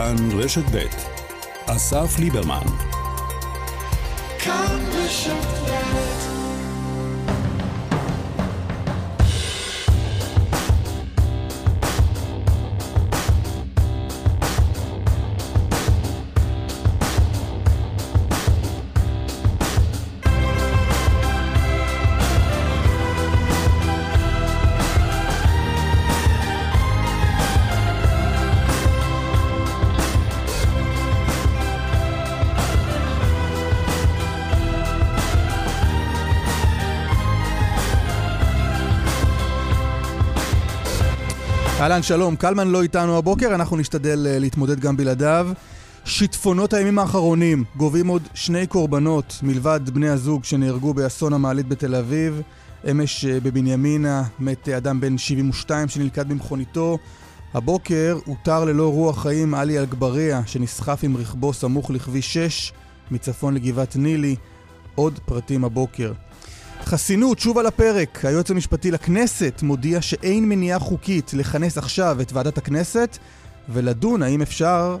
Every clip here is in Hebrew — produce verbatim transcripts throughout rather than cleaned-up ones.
כאן רשת ב' אסף ליברמן. כאן רשת ב'. אהלן, שלום, קלמן לא איתנו הבוקר, אנחנו נשתדל להתמודד גם בלעדיו. שיטפונות הימים האחרונים גובים עוד שני קורבנות מלבד בני הזוג שנהרגו באסון המעלית בתל אביב. אמש בבנימינה מת אדם בן שבעים ושתיים שנלכד במכוניתו. הבוקר הותר ללא רוח חיים עלי אלגבריה שנסחף עם רכבו סמוך לכביש שש מצפון לגבעת נילי. עוד פרטים הבוקר. חסינות, שוב על הפרק. היועץ המשפטי לכנסת מודיע שאין מניעה חוקית לכנס עכשיו את ועדת הכנסת ולדון האם אפשר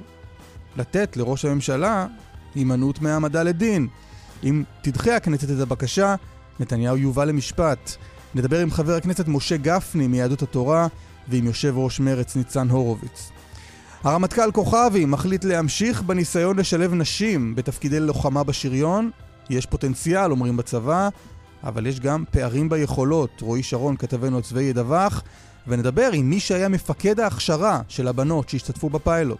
לתת לראש הממשלה הימנעות מהעמדה לדין. אם תדחה הכנסת את הבקשה, נתניהו יובא למשפט. נדבר עם חבר הכנסת משה גפני מיהדות התורה ועם יושב ראש מרץ ניצן הורוביץ. הרמטכ"ל כוכבי מחליט להמשיך בניסיון לשלב נשים בתפקידי לוחמה בשריון. יש פוטנציאל, אומרים בצבא, אבל יש גם פערים ביכולות. רועי שרון כתבנו הצבאי ידווח, ונדבר עם מי שהיה מפקד ההכשרה של הבנות שהשתתפו בפיילוט.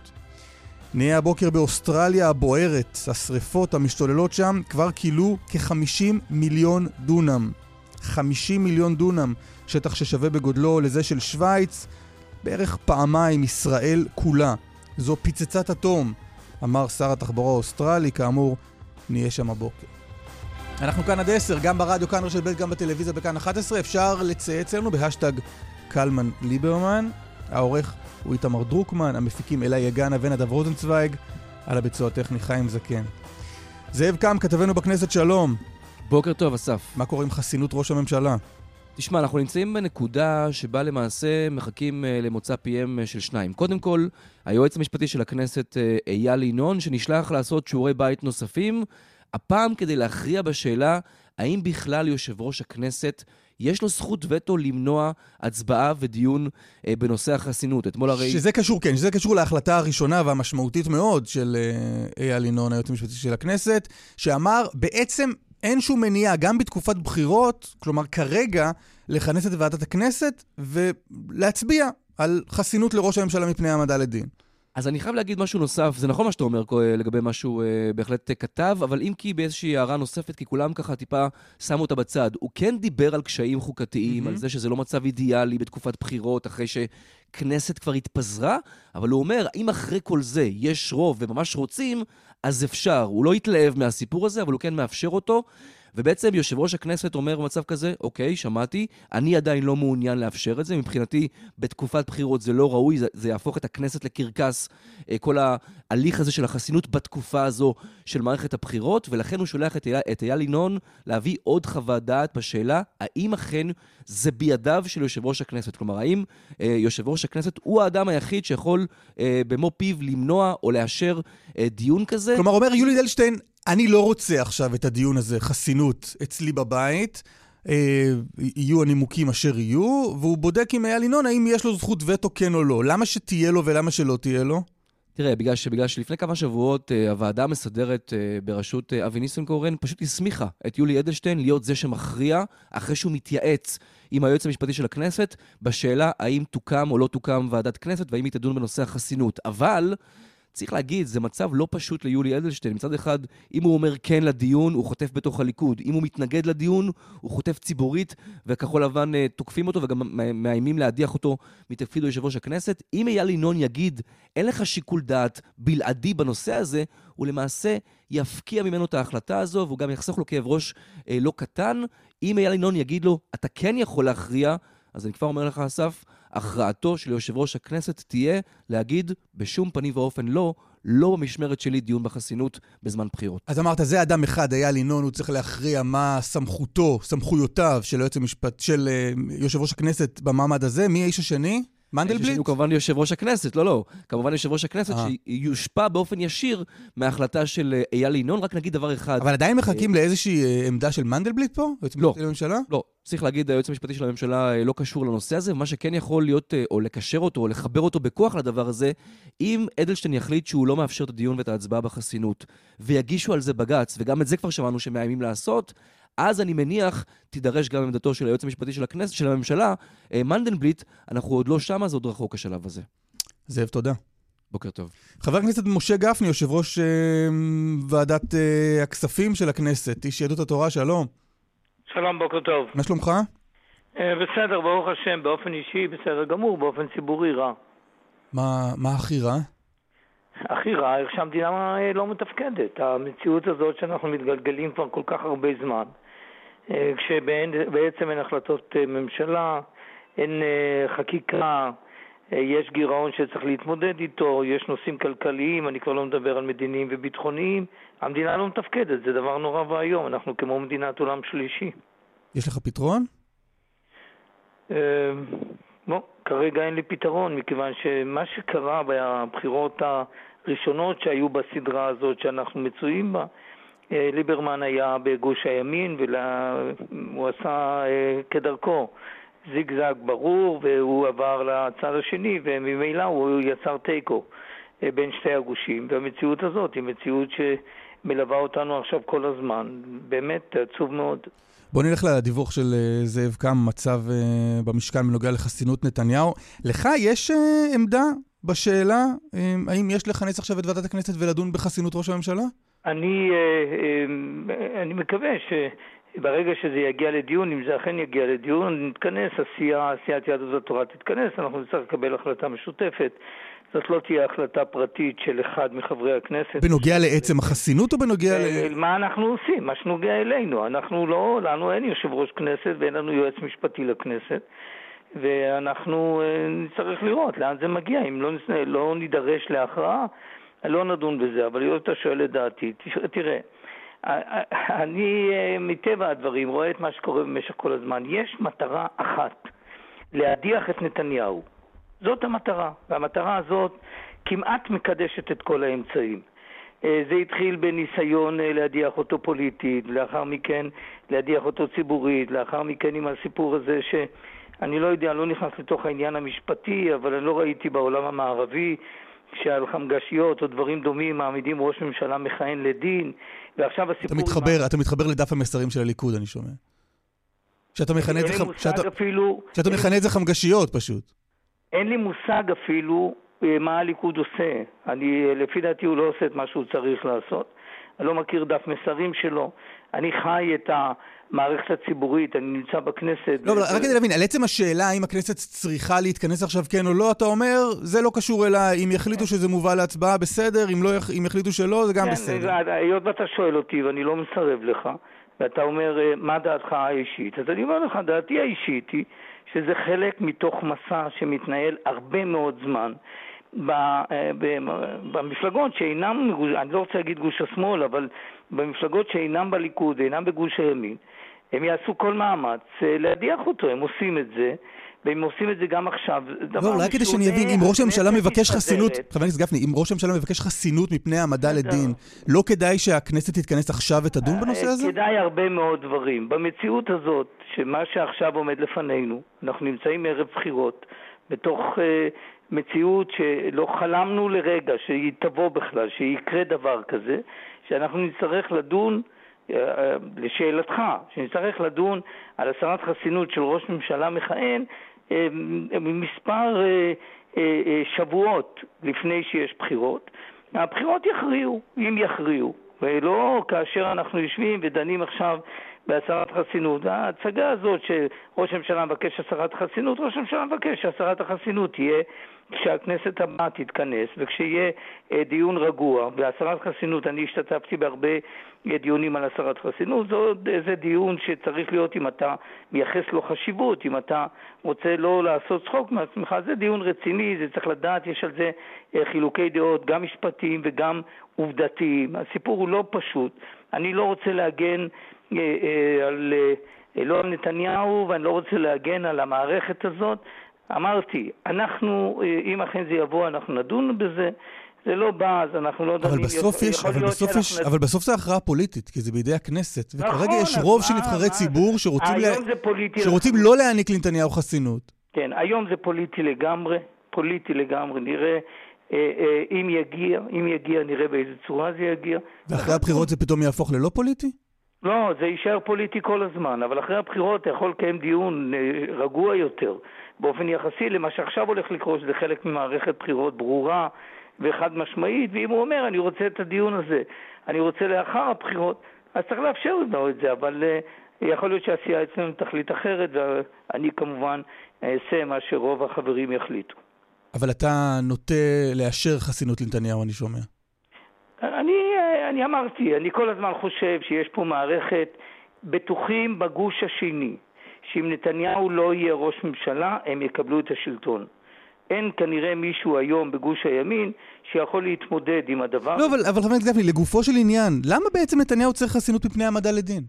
נהיה הבוקר באוסטרליה הבוערת. השריפות המשתוללות שם כבר קילו כ-חמישים מיליון דונם. חמישים מיליון דונם, שטח ששווה בגודלו לזה של שוויץ, בערך פעמיים ישראל כולה. זו פיצצת אטום, אמר שר התחבורה האוסטרלי. כאמור, נהיה שם הבוקר. אנחנו כאן עד עשר, גם ברדיו, כאן רשת ב', גם בטלוויזיה בכאן אחת עשרה. אפשר לצייץ לנו בהשטג קלמן ליברמן. העורך הוא איתמר דרוקמן, המפיקים אלי יגנה ונדב רוזנצוויג, על הביצוע הטכני חיים זקן. זאב קם, כתבנו בכנסת, שלום. בוקר טוב, אסף. מה קורה עם חסינות ראש הממשלה? תשמע, אנחנו נמצאים בנקודה שבה למעשה מחכים למוצא פיהם של שניים. קודם כל, היועץ המשפטי של הכנסת אייל ינון, שנשלח לעשות שיעורי בית נוספים, הפעם כדי להכריע בשאלה האם בכלל יושב ראש הכנסת יש לו זכות וטו למנוע הצבעה ודיון אה, בנושא החסינות. אתמול הרי... שזה קשור, כן, שזה קשור להחלטה הראשונה והמשמעותית מאוד של אה, אייל ינון, היועץ המשפטי של הכנסת, שאמר בעצם אין שום מניעה, גם בתקופת בחירות, כלומר כרגע, לכנס את ועדת הכנסת ולהצביע על חסינות לראש הממשלה מפני העמדה לדין. אז אני חייב להגיד משהו נוסף, זה נכון מה שאתה אומר לגבי משהו אה, בהחלט כתב, אבל אם כי באיזושהי הערה נוספת, כי כולם ככה טיפה שמו אותה בצד, הוא כן דיבר על קשיים חוקתיים, mm-hmm. על זה שזה לא מצב אידיאלי בתקופת בחירות, אחרי שכנסת כבר התפזרה, אבל הוא אומר, אם אחרי כל זה יש רוב וממש רוצים, אז אפשר. הוא לא יתלהב מהסיפור הזה, אבל הוא כן מאפשר אותו, ובעצם יושב ראש הכנסת אומר במצב כזה, אוקיי, שמעתי, אני עדיין לא מעוניין לאפשר את זה, מבחינתי בתקופת בחירות זה לא ראוי, זה, זה יהפוך את הכנסת לקרקס, כל ההליך הזה של החסינות בתקופה הזו של מערכת הבחירות, ולכן הוא שולח את, את אייל ינון להביא עוד חוות דעת בשאלה, האם אכן זה בידיו של יושב ראש הכנסת, כלומר, האם אה, יושב ראש הכנסת הוא האדם היחיד שיכול אה, במו פיו למנוע או לאשר אה, דיון כזה? כלומר, אומר יולי אדלשטיין, אני לא רוצה עכשיו את הדיון הזה, חסינות, אצלי בבית, אה, יהיו הנימוקים אשר יהיו, והוא בודק עם אייל ינון האם יש לו זכות וטו כן או לא. למה שתהיה לו ולמה שלא תהיה לו? תראה, בגלל, שבגלל שלפני כמה שבועות אה, הוועדה המסדרת אה, בראשות אה, אבי ניסנקורן פשוט הסמיכה את יולי אדלשטיין להיות זה שמכריע אחרי שהוא מתייעץ עם היועץ המשפטי של הכנסת בשאלה האם תוקם או לא תוקם ועדת כנסת והאם היא תדון בנושא החסינות. אבל צריך להגיד, זה מצב לא פשוט ליולי אדלשטיין. מצד אחד, אם הוא אומר כן לדיון, הוא חוטף בתוך הליכוד. אם הוא מתנגד לדיון, הוא חוטף ציבורית, וכחול לבן תוקפים אותו, וגם מאיימים להדיח אותו מתפקיד יושב ראש הכנסת. אם אייל ינון יגיד, אין לך שיקול דעת בלעדי בנושא הזה, הוא למעשה יפקיע ממנו את ההחלטה הזו, והוא גם יחסוך לו כאב ראש אה, לא קטן. אם אייל ינון יגיד לו, אתה כן יכול להכריע, אז אני כבר אומר לך, אסף, הכרעתו של יושב ראש הכנסת תהיה להגיד בשום פנים ואופן לא, לא במשמרת שלי דיון בחסינות בזמן בחירות. אז אמרת, זה אדם אחד, אייל ינון, הוא צריך להכריע מה סמכותו, סמכויותיו של היועץ המשפט, של uh, יושב ראש הכנסת במעמד הזה. מי האיש השני? מנדלבליט? הוא כמובן יושב ראש הכנסת, לא, לא. כמובן יושב ראש הכנסת שיושפע באופן ישיר מההחלטה של אייל ינון, רק נגיד דבר אחד. אבל עדיין מחכים לאיזושהי עמדה של מנדלבליט פה? לא. לממשלה? לא. צריך להגיד, היועץ המשפטי של הממשלה לא קשור לנושא הזה, ומה שכן יכול להיות, או לקשר אותו, או לחבר אותו בכוח לדבר הזה, אם אדלשטיין יחליט שהוא לא מאפשר את הדיון ואת ההצבעה בחסינות, ויגישו על זה בג"ץ, וגם את זה כבר שמענו שמאיימים לעשות, אז אני מניח, תידרש גם עמדתו של היועץ המשפטי של הכנסת, של הממשלה, מנדלבליט, אנחנו עוד לא שם, אז עוד רחוק השלב הזה. זאב, תודה. בוקר טוב. חבר הכנסת משה גפני, יושב ראש אה, ועדת אה, הכספים של הכנסת, איש יהדות התורה, שלום. שלום, בוקר טוב. מה שלומך? אה, בסדר, ברוך השם, באופן אישי, בסדר גמור, באופן ציבורי רע. מה, מה הכי רע? הכי רע, איך שהמדינה לא מתפקדת. המציאות הזאת שאנחנו מתגלגלים כבר כל כך הרבה זמן, כשבעצם אין החלטות ממשלה, אין חקיקה, יש גירעון שצריך להתמודד איתו, יש נושאים כלכליים, אני כבר לא מדבר על מדיניים וביטחוניים, המדינה לא מתפקדת, זה דבר נורא והיום, אנחנו כמו מדינת עולם שלישי. יש לך פתרון? לא, כרגע אין לי פתרון, מכיוון שמה שקרה בבחירות הראשונות שהיו בסדרה הזאת שאנחנו מצויים בה, ליברמן היה בגוש הימין והוא עשה כדרכו זיגזג ברור והוא עבר לצד השני וממילא הוא יצר טייקו בין שתי הגושים, והמציאות הזאת היא מציאות שמלווה אותנו עכשיו כל הזמן, באמת עצוב מאוד. בוא נלך לדיווח של זאב קם, מצב במשכן בנוגע לחסינות נתניהו. לך יש עמדה בשאלה, האם יש לכנס עכשיו את ועדת הכנסת ולדון בחסינות ראש הממשלה? אני, אני מקווה שברגע שזה יגיע לדיון, אם זה אכן יגיע לדיון, נתכנס, הסיעה, סיעת יהדות התורה תתכנס, אנחנו נצטרך לקבל החלטה משותפת. זאת לא תהיה החלטה פרטית של אחד מחברי הכנסת. בנוגע לעצם החסינות או בנוגע ל... מה אנחנו עושים? מה שנוגע אלינו. אנחנו לא, לנו אין יושב ראש כנסת ואין לנו יועץ משפטי לכנסת, ואנחנו נצטרך לראות לאן זה מגיע. אם לא, לא נידרש להכרעה, לא נדון בזה, אבל אם אתה שואל את דעתי, תראה, אני מטבע הדברים רואה את מה שקורה במשך כל הזמן. יש מטרה אחת, להדיח את נתניהו. זאת המטרה, והמטרה הזאת כמעט מקדשת את כל האמצעים. זה התחיל בניסיון להדיח אותו פוליטית, לאחר מכן להדיח אותו ציבורית, לאחר מכן עם הסיפור הזה שאני לא יודע, לא נכנס לתוך העניין המשפטי, אבל אני לא ראיתי בעולם המערבי שעל חמגשיות או דברים דומים מעמידים ראש ממשלה מכהן לדין, ועכשיו הסיפור... אתה מתחבר, מה... אתה מתחבר לדף המסרים של הליכוד, אני שומע. שאתה מכנה את זה, ח... שאתה... אפילו... שאתה מכנה את זה חמגשיות פשוט. אין לי מושג אפילו מה הליכוד עושה. אני, לפי דעתי הוא לא עושה את מה שהוא צריך לעשות. אני לא מכיר דף מסרים שלו. אני חי את המערכת הציבורית, אני נמצא בכנסת. לא, אבל רק כדי להבין, על עצם השאלה האם הכנסת צריכה להתכנס עכשיו כן או לא, אתה אומר, זה לא קשור אליי, אם יחליטו שזה מובא להצבעה בסדר, אם, לא, אם יחליטו שלא, זה גם בסדר. היות ואתה שואל אותי ואני לא מסרב לך, ואתה אומר, מה דעתך האישית? אז אני אומר לך, דעתי האישית היא, שזה חלק מתוך מסע שמתנהל הרבה מאוד זמן במפלגות שאינם, אני לא רוצה להגיד גוש השמאל, אבל במפלגות שאינם בליכוד, אינם בגוש הימין, הם יעשו כל מאמץ להדיח אותו, הם עושים את זה, והם עושים את זה גם עכשיו. לא, רק כדי שאני אבין, אם ראש הממשלה מבקש חסינות, חבר הכנסת גפני, אם ראש הממשלה מבקש חסינות מפני העמדה לדין, לא כדאי שהכנסת תתכנס עכשיו ותדון בנושא הזה? כדאי הרבה מאוד דברים. במציאות הזאת, שמה שעכשיו עומד לפנינו, אנחנו נמצאים ערב בחירות, בתוך מציאות שלא חלמנו לרגע שהיא תבוא בכלל, שיקרה דבר כזה, שאנחנו נצטרך לדון, לשאלתך, שנצטרך לדון על הסרת חסינות של ראש ממשלה מכהן, מספר שבועות לפני שיש בחירות. הבחירות יכריעו, אם יכריעו, ולא כאשר אנחנו יושבים ודנים עכשיו בהסרת חסינות. ההצגה הזאת שראש הממשלה מבקש הסרת חסינות, ראש הממשלה מבקש שהסרת החסינות תהיה כשהכנסת הבאה תתכנס, וכשיהיה דיון רגוע בהסרת חסינות. אני השתתפתי בהרבה דיונים על הסרת חסינות, זה דיון שצריך להיות אם אתה מייחס לו חשיבות, אם אתה רוצה לא לעשות צחוק מעצמך, זה דיון רציני, זה צריך לדעת, יש על זה חילוקי דעות, גם משפטיים וגם עובדתיים. הסיפור הוא לא פשוט. אני לא רוצה להגן על, לא על נתניהו, ואני לא רוצה להגן על המערכת הזאת. אמרתי, אנחנו, אם אכן זה יבוא, אנחנו נדון בזה. זה לא בא, אז אנחנו לא דנים. אבל בסוף יש, אבל בסוף יש, אבל בסוף זה הכרעה פוליטית, כי זה בידי הכנסת. וכרגע יש נכון, רוב אז של מה- נבחרי מה- ציבור שרוצים לה- היום זה פוליטי שרוצים לחלוטין. לא להעניק לנתניהו חסינות. כן, היום זה פוליטי לגמרי, פוליטי לגמרי, נראה אה, אה, אם יגיע, אם יגיע נראה באיזה צורה זה יגיע. ואחרי הבחירות זה פתאום יהפוך ללא פוליטי? לא, זה יישאר פוליטי כל הזמן, אבל אחרי הבחירות אתה יכול לקיים דיון אה, רגוע יותר, באופן יחסי למה שעכשיו הולך לקרות, שזה חלק ממערכת בחירות ברורה וחד משמעית, ואם הוא אומר אני רוצה את הדיון הזה, אני רוצה לאחר הבחירות, אז צריך לאפשר לנו את זה, אבל אה, יכול להיות שהעשייה אצלנו תחליט אחרת, ואני כמובן אעשה מה שרוב החברים יחליטו. אבל אתה נוטה לאשר חסינות לנתניהו, אני שומע. אני, אני אמרתי, אני כל הזמן חושב שיש פה מערכת בטוחים בגוש השני, שאם נתניהו לא יהיה ראש ממשלה, הם יקבלו את השלטון. אין כנראה מישהו היום בגוש הימין שיכול להתמודד עם הדבר. לא, אבל, אבל חבר הכנסת גפני, לגופו של עניין, למה בעצם נתניהו צריך חסינות מפני העמדה לדין?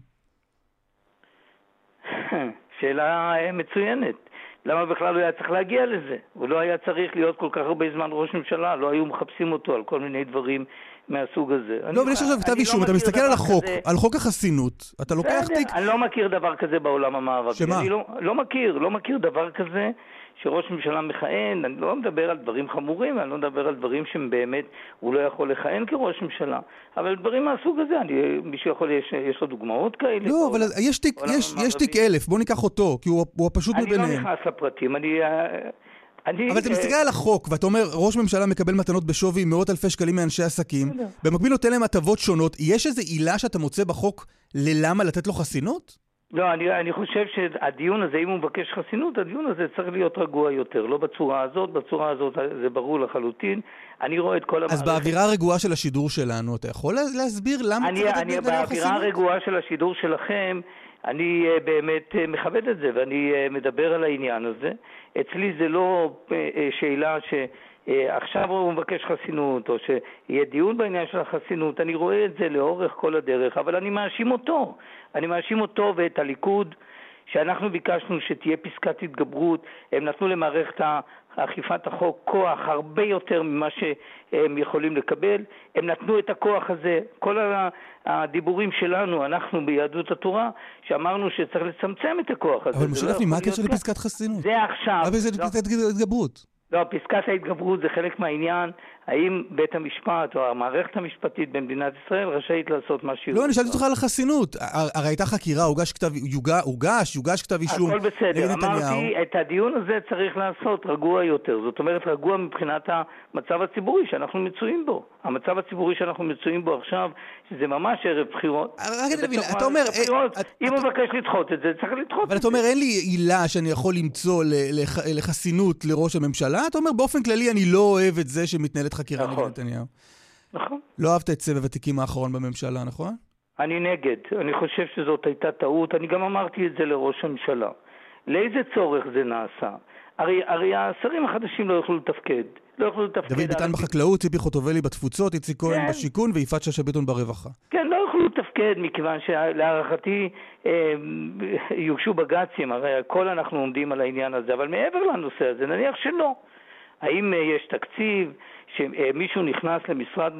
שאלה מצוינת. למה בכלל הוא היה צריך להגיע לזה? הוא לא היה צריך להיות כל כך הרבה זמן ראש ממשלה, לא היו מחפשים אותו על כל מיני דברים מהסוג הזה. לא, אבל יש עכשיו כתב אישום, אתה מסתכל על החוק, על חוק החסינות, אתה לוקח תיק... אני לא מכיר דבר כזה בעולם המערבי. שמה? אני לא מכיר, לא מכיר דבר כזה שראש ממשלה מכהן, אני לא מדבר על דברים חמורים, אני לא מדבר על דברים שבאמת הוא לא יכול לכהן כראש ממשלה, אבל דברים מהסוג הזה, אני, מישהו יכול, יש, יש לו דוגמאות כאלה? לא, אבל יש תיק, יש, יש תיק אלף, בוא ניקח אותו, כי הוא, הוא פשוט מביניהם. אני לא נכנס לפרטים, אני... אני... אבל אתה מסתכל על החוק, ואתה אומר, ראש ממשלה מקבל מתנות בשווי מאות אלפי שקלים מאנשי עסקים, במקביל נותן להם הטבות שונות, יש איזו עילה שאתה מוצא בחוק ללמה לתת לו חסינות? לא, אני, אני חושב שהדיון הזה, אם הוא מבקש חסינות, הדיון הזה צריך להיות רגוע יותר, לא בצורה הזאת, בצורה הזאת זה ברור לחלוטין. אני רואה את כל המערכת... אז באווירה הרגועה של השידור שלנו, אתה יכול להסביר למה אני, צריך אני, לתת לו חסינות? באווירה הרגועה של השידור שלכם, אני uh, באמת uh, מכבד את זה, ואני uh, מדבר על העניין הזה. אצלי זה לא uh, שאלה ש... עכשיו הוא מבקש חסינות, או שיהיה דיון בעניין של החסינות, אני רואה את זה לאורך כל הדרך, אבל אני מאשים אותו. אני מאשים אותו ואת הליכוד, שאנחנו ביקשנו שתהיה פסקת התגברות, הם נתנו למערכת אכיפת החוק כוח הרבה יותר ממה שהם יכולים לקבל, הם נתנו את הכוח הזה, כל הדיבורים שלנו, אנחנו ביהדות התורה, שאמרנו שצריך לצמצם את הכוח הזה. אבל משה גפני, מה הקשר לפסקת חסינות? זה עכשיו. אבל זה פסקת התגברות. לא, פסקת ההתגברות זה חלק מהעניין, האם בית המשפט או המערכת המשפטית במדינת ישראל רשאית לעשות מה שהיא... לא, אני שאלתי אותך על החסינות. הרי הייתה חקירה, הוגש כתב, הוגש, יוגש כתב אישום. הכל בסדר, אמרתי, את הדיון הזה צריך לעשות רגוע יותר. זאת אומרת, רגוע מבחינת המצב הציבורי שאנחנו מצויים בו. המצב הציבורי שאנחנו מצויים בו עכשיו, שזה ממש ערב בחירות. אתה אומר... אם הוא מבקש לדחות את זה, צריך לדחות את זה. אבל אתה אומר, אין לי עילה שאני יכול למצוא לחסינות לראש הממשלה. אתה אומר, באופן כללי אני לא אוהב את זה שמתנהלת חקירה נגד נתניהו. נכון. לא אהבת את סבב התיקים האחרון בממשלה, נכון? אני נגד. אני חושב שזאת הייתה טעות. אני גם אמרתי את זה לראש הממשלה. לאיזה צורך זה נעשה? הרי, הרי השרים החדשים לא יוכלו לתפקד. לא יוכלו לתפקד. דוד ביטן בחקלאות, ציפי חוטובלי בתפוצות, איציק כהן בשיכון ויפעת שאשא ביטון ברווחה. כן, לא יוכלו לתפקד מכיוון שלהערכתי אה, יוגשו בג"צים. הרי הכל אנחנו עומדים על העניין הזה. אבל מעבר לנושא הזה, נניח שלא. האם יש תקציב, שמישהו נכנס למשרד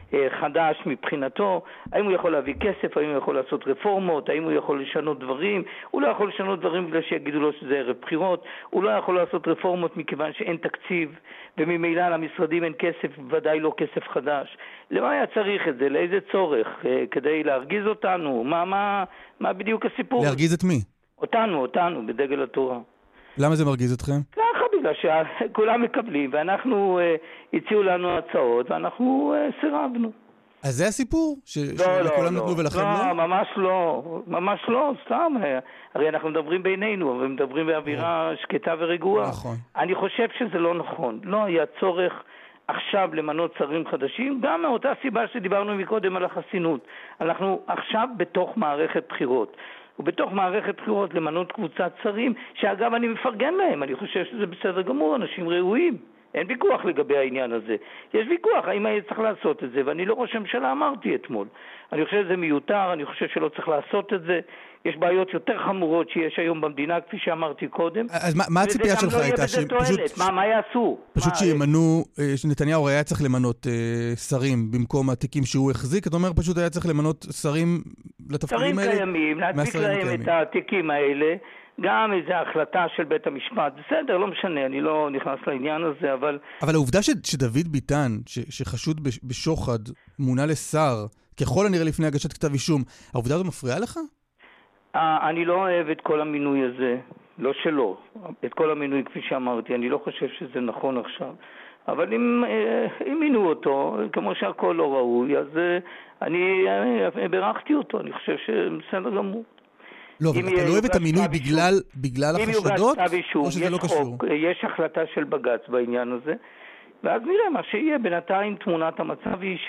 חדש מבחינתו, האם הוא יכול להביא כסף, האם הוא יכול לעשות רפורמות, האם הוא יכול לשנות דברים, הוא לא יכול לשנות דברים בגלל שיגידו לו שזה ערב בחירות, הוא לא יכול לעשות רפורמות מכיוון שאין תקציב, וממילא למשרדים אין כסף, ודאי לא כסף חדש. למה היה צריך את זה? לאיזה צורך? כדי להרגיז אותנו? מה, מה, מה בדיוק הסיפור? להרגיז את מי? אותנו, אותנו, בדגל התורה. למה זה מרגיז אתכם? ככה, בגלל שכולם מקבלים, ואנחנו, הציעו לנו הצעות, ואנחנו סירבנו. אז זה הסיפור? שכולם נתנו ולכם לא? לא, ממש לא, ממש לא, סתם. הרי אנחנו מדברים בינינו, אבל מדברים באווירה שקטה ורגועה. נכון. אני חושב שזה לא נכון. לא היה צורך עכשיו למנות שרים חדשים, גם מאותה סיבה שדיברנו מקודם על החסינות. אנחנו עכשיו בתוך מערכת בחירות. ובתוך מערכת בחירות למנות קבוצת שרים, שאגב אני מפרגן להם, אני חושב שזה בסדר גמור, אנשים ראויים, אין ויכוח לגבי העניין הזה. יש ויכוח האם היה צריך לעשות את זה, ואני לא ראש הממשלה אמרתי אתמול. אני חושב שזה מיותר, אני חושב שלא צריך לעשות את זה. יש בעיות יותר חמורות שיש היום במדינה, כפי שאמרתי קודם. אז מה, מה הציפייה שלך הייתה? שפשוט, מה, מה יעשו? פשוט שימנו, שנתניהו היה צריך למנות אה, שרים במקום התיקים שהוא החזיק, אתה אומר פשוט היה צריך למנות שרים לתפקידים האלה? שרים קיימים, להדביק להם קיימים. את התיקים האלה, גם איזו החלטה של בית המשפט. בסדר, לא משנה, אני לא נכנס לעניין הזה, אבל... אבל העובדה ש, שדוד ביטן, ש, שחשוד בשוחד, מונה לשר, ככל הנראה לפני הגשת כתב אישום, העובדה הזו מפריעה לך? אני לא אוהב את כל המינוי הזה, לא שלו, את כל המינוי כפי שאמרתי, אני לא חושב שזה נכון עכשיו, אבל אם, אם מינו אותו, כמו שהכל לא ראוי, אז אני ברכתי אותו, אני חושב שבסדר גמור. לא, אבל אתה לא אוהב את המינוי בגלל, בגלל החשדות, או שזה לא קשור? יש החלטה של בג"ץ בעניין הזה, ואז נראה מה שיהיה. בינתיים תמונת המצב היא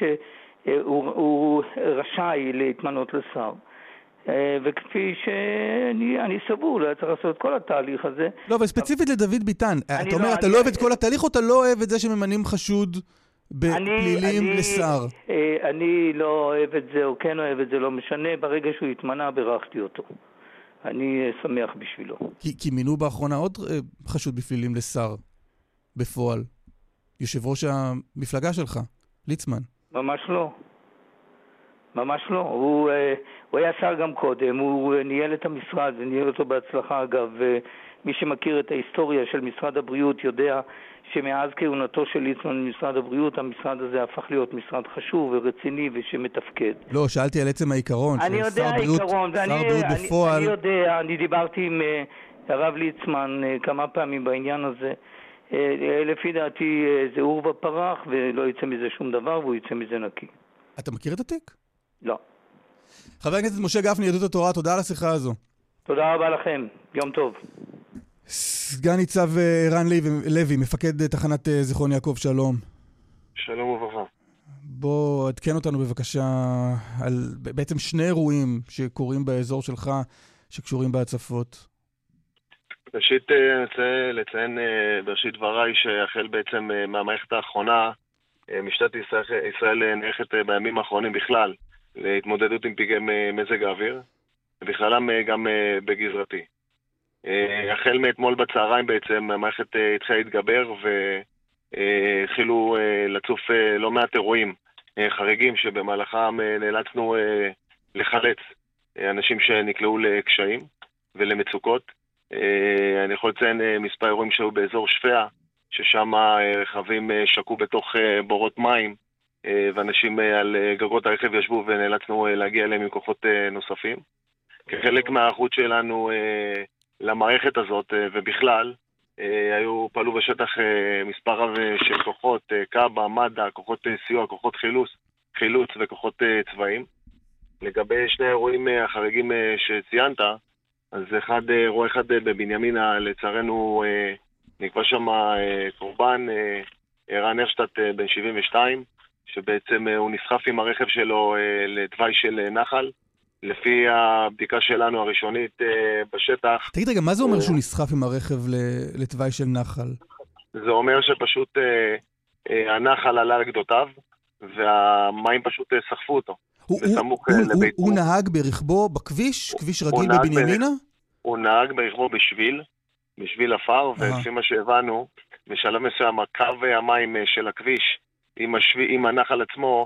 שהוא רשאי להתמנות לשר. וכפי שאני אני סבור, לא צריך לעשות את כל התהליך הזה. לא, אבל ספציפית לדוד ביטן, אתה אומר, אתה לא אוהב את כל התהליך, או אתה לא אוהב את זה שממנים חשוד בפלילים לשר? אני לא אוהב את זה, או כן אוהב את זה, לא משנה, ברגע שהוא התמנה, ברכתי אותו. אני שמח בשבילו. כי מינו באחרונה עוד חשוד בפלילים לשר, בפועל. יושב ראש המפלגה שלך, ליצמן. ממש לא. ממש לא. הוא, הוא היה שר גם קודם, הוא ניהל את המשרד, וניהל אותו בהצלחה אגב. מי שמכיר את ההיסטוריה של משרד הבריאות יודע שמאז כהונתו של ליצמן במשרד הבריאות, המשרד הזה הפך להיות משרד חשוב ורציני ושמתפקד. לא, שאלתי על עצם העיקרון. אני יודע העיקרון, ואני אני, אני יודע, אני דיברתי עם הרב ליצמן כמה פעמים בעניין הזה. לפי דעתי זה עורבא פרח ולא יצא מזה שום דבר, והוא יצא מזה נקי. אתה מכיר את התיק? לא. חבר הכנסת משה גפני, יהדות התורה, תודה על השיחה הזו. תודה רבה לכם, יום טוב. סגן ניצב ערן לוי, מפקד תחנת זיכרון יעקב, שלום. שלום וברכה. בוא עדכן אותנו בבקשה על בעצם שני אירועים שקורים באזור שלך שקשורים בהצפות. ראשית, אני רוצה לציין בראשית דבריי שהחל בעצם מהמערכת האחרונה, משטרת ישראל נערכת בימים האחרונים בכלל להתמודדות עם פגעי מזג האוויר, ובכללם גם בגזרתי. החל מאתמול בצהריים בעצם המערכת התחילה להתגבר והתחילו לצוף לא מעט אירועים חריגים שבמהלכם נאלצנו לחלץ אנשים שנקלעו לקשיים ולמצוקות. אני יכול לציין מספר אירועים שהיו באזור שפיה, ששם רכבים שקעו בתוך בורות מים ואנשים על גגות הרכב ישבו ונאלצנו להגיע אליהם עם כוחות נוספים. כחלק מהאחריות שלנו למערכת הזאת ובכלל, היו פעלו בשטח מספר רב של כוחות, קאבה, מד"א, כוחות סיוע, כוחות חילוץ, חילוץ וכוחות צבאיים. לגבי שני האירועים החריגים שציינת, אז אחד, אירוע אחד בבנימינה, לצערנו נקבע שם קורבן, ערן הרשטט בן שבעים ושתיים, שבעצם הוא נסחף עם הרכב שלו לתוואי של נחל. לפי הבדיקה שלנו הראשונית בשטח... תגיד רגע, מה זה אומר שהוא נסחף עם הרכב לתוואי של נחל? זה אומר שפשוט הנחל עלה על גדותיו, והמים פשוט סחפו אותו. הוא נהג ברכבו בכביש? כביש רגיל בבנימינה? הוא נהג ברכבו בשביל, בשביל אפר, ולפי מה שהבנו, בשלב מסוים, הקו המים של הכביש עם הנחל עצמו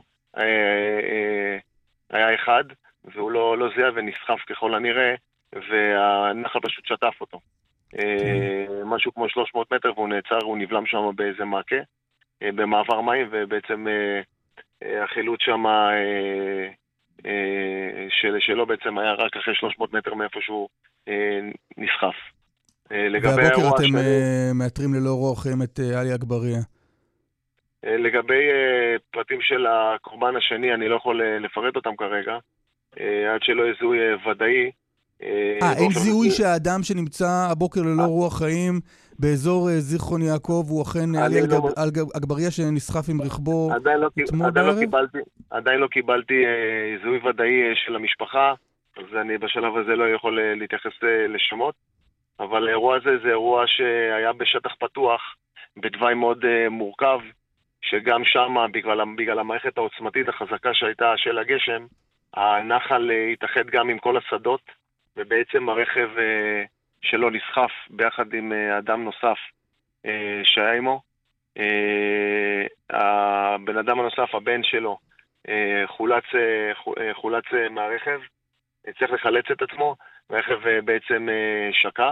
היה אחד, והוא לא, לא זיהה ונסחף ככל הנראה, והנחל פשוט שטף אותו. משהו כמו שלוש מאות מטר, והוא נעצר, הוא נבלם שם באיזה מעקה, במעבר מים, ובעצם החילוץ שם של, שלו בעצם היה רק אחרי שלוש מאות מטר מאיפה שהוא נסחף. והבוקר אתם מאתרים ללא רוח את עלי אגבריה. לגבי פרטים של הקורבן השני, אני לא יכול לפרט אותם כרגע, עד שלא יזוי ודאי. אה, אין זיהוי שהאדם שנמצא הבוקר ללא רוח חיים באזור זיכרון יעקב הוא אכן עלי אגבריה שנסחף עם רכבו אתמול בערב? עדיין לא קיבלתי זיהוי ודאי של המשפחה, אז אני בשלב הזה לא יכול להתייחס לשמות, אבל האירוע הזה זה אירוע שהיה בשטח פתוח, בדווי מאוד מורכב, שגם שם, בגלל, בגלל המערכת העוצמתית החזקה שהייתה של הגשם, הנחל התאחד גם עם כל השדות, ובעצם הרכב שלו נסחף ביחד עם אדם נוסף שהיה עמו. הבן אדם הנוסף, הבן שלו, חולץ, חולץ מהרכב, צריך לחלץ את עצמו, והרכב בעצם שקע,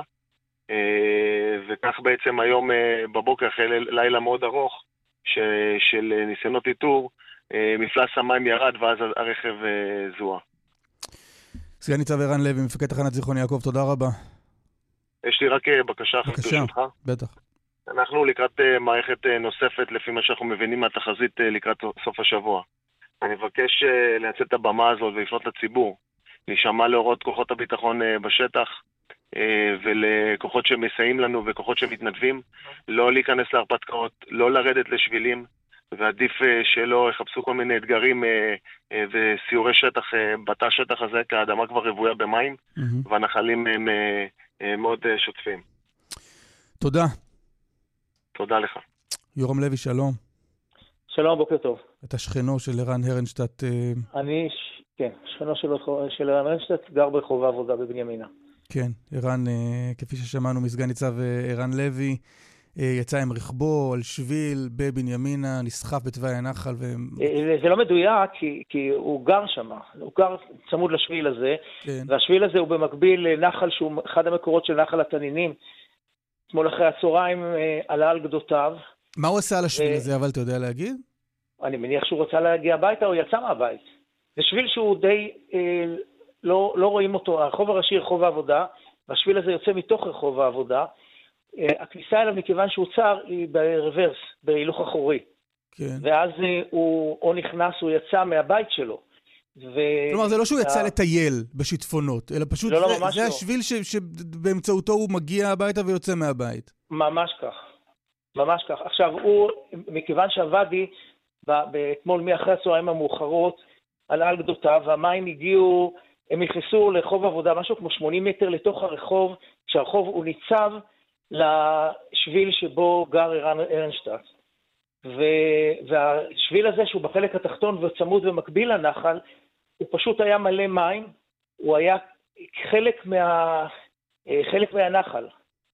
וכך בעצם היום בבוקר, אחרי לילה מאוד ארוך של ניסיונות איתור, מפלס המים ירד ואז הרכב זוהה. סגן ניצב ערן לוי, מפקד תחנת זיכרון יעקב, תודה רבה. יש לי רק בקשה אחת ברשותך. בטח. אנחנו לקראת מערכת נוספת, לפי מה שאנחנו מבינים מהתחזית לקראת סוף השבוע. אני מבקש לנצל את הבמה הזאת ולפנות לציבור, להישמע להוראות כוחות הביטחון בשטח, ולכוחות שמסייעים לנו וכוחות שמתנדבים, לא להיכנס להרפתקאות, לא לרדת לשבילים, ועדיף שלא יחפשו כל מיני אתגרים וסיורי שטח בתא השטח הזה, כי האדמה כבר רבויה במים, mm-hmm. והנחלים הם מאוד שוטפים. תודה. תודה לך. יורם לוי, שלום. שלום, בוקר טוב. אתה שכנו של ערן הרנשטט. אני, כן, שכנו של, של ערן הרנשטט, גר ברחוב העבודה בבנימינה. כן, ערן, כפי ששמענו מסגן ניצב ערן לוי, יצא עם רכבו על שביל בבנימינה, נסחף בתוואי הנחל. ו... זה לא מדויק, כי, כי הוא גר שם, הוא גר צמוד לשביל הזה, כן. והשביל הזה הוא במקביל לנחל שהוא אחד המקורות של נחל התנינים. אתמול אחרי הצהריים עלה על גדותיו. מה הוא עשה על השביל ו... הזה, אבל אתה יודע להגיד? אני מניח שהוא רוצה להגיע הביתה, הוא יצא מהבית. זה שביל שהוא די, אה, לא, לא רואים אותו, הרחוב הראשי רחוב העבודה, והשביל הזה יוצא מתוך רחוב העבודה. אה, הכניסה אליו מכיוון שהוא צר היא ברוורס, בהילוך אחורי. כן. ואז אה, הוא או נכנס, הוא יצא מהבית שלו. ו... כלומר, זה לא שהוא יצא לטייל בשיטפונות, אלא פשוט לא, זה, לא, זה לא. השביל ש, שבאמצעותו הוא מגיע הביתה ויוצא מהבית. ממש כך. ממש כך. עכשיו, הוא, מכיוון שהוואדי, אתמול מאחרי הצהריים המאוחרות, עלה על גדותיו, והמים הגיעו, הם נכנסו לחוב עבודה, משהו כמו שמונים מטר לתוך הרחוב, כשהרחוב הוא ניצב לשביל שבו גר ערן הרנשטט. והשביל הזה, שהוא בחלק התחתון וצמוד ומקביל לנחל, הוא פשוט היה מלא מים, הוא היה חלק, מה, חלק מהנחל.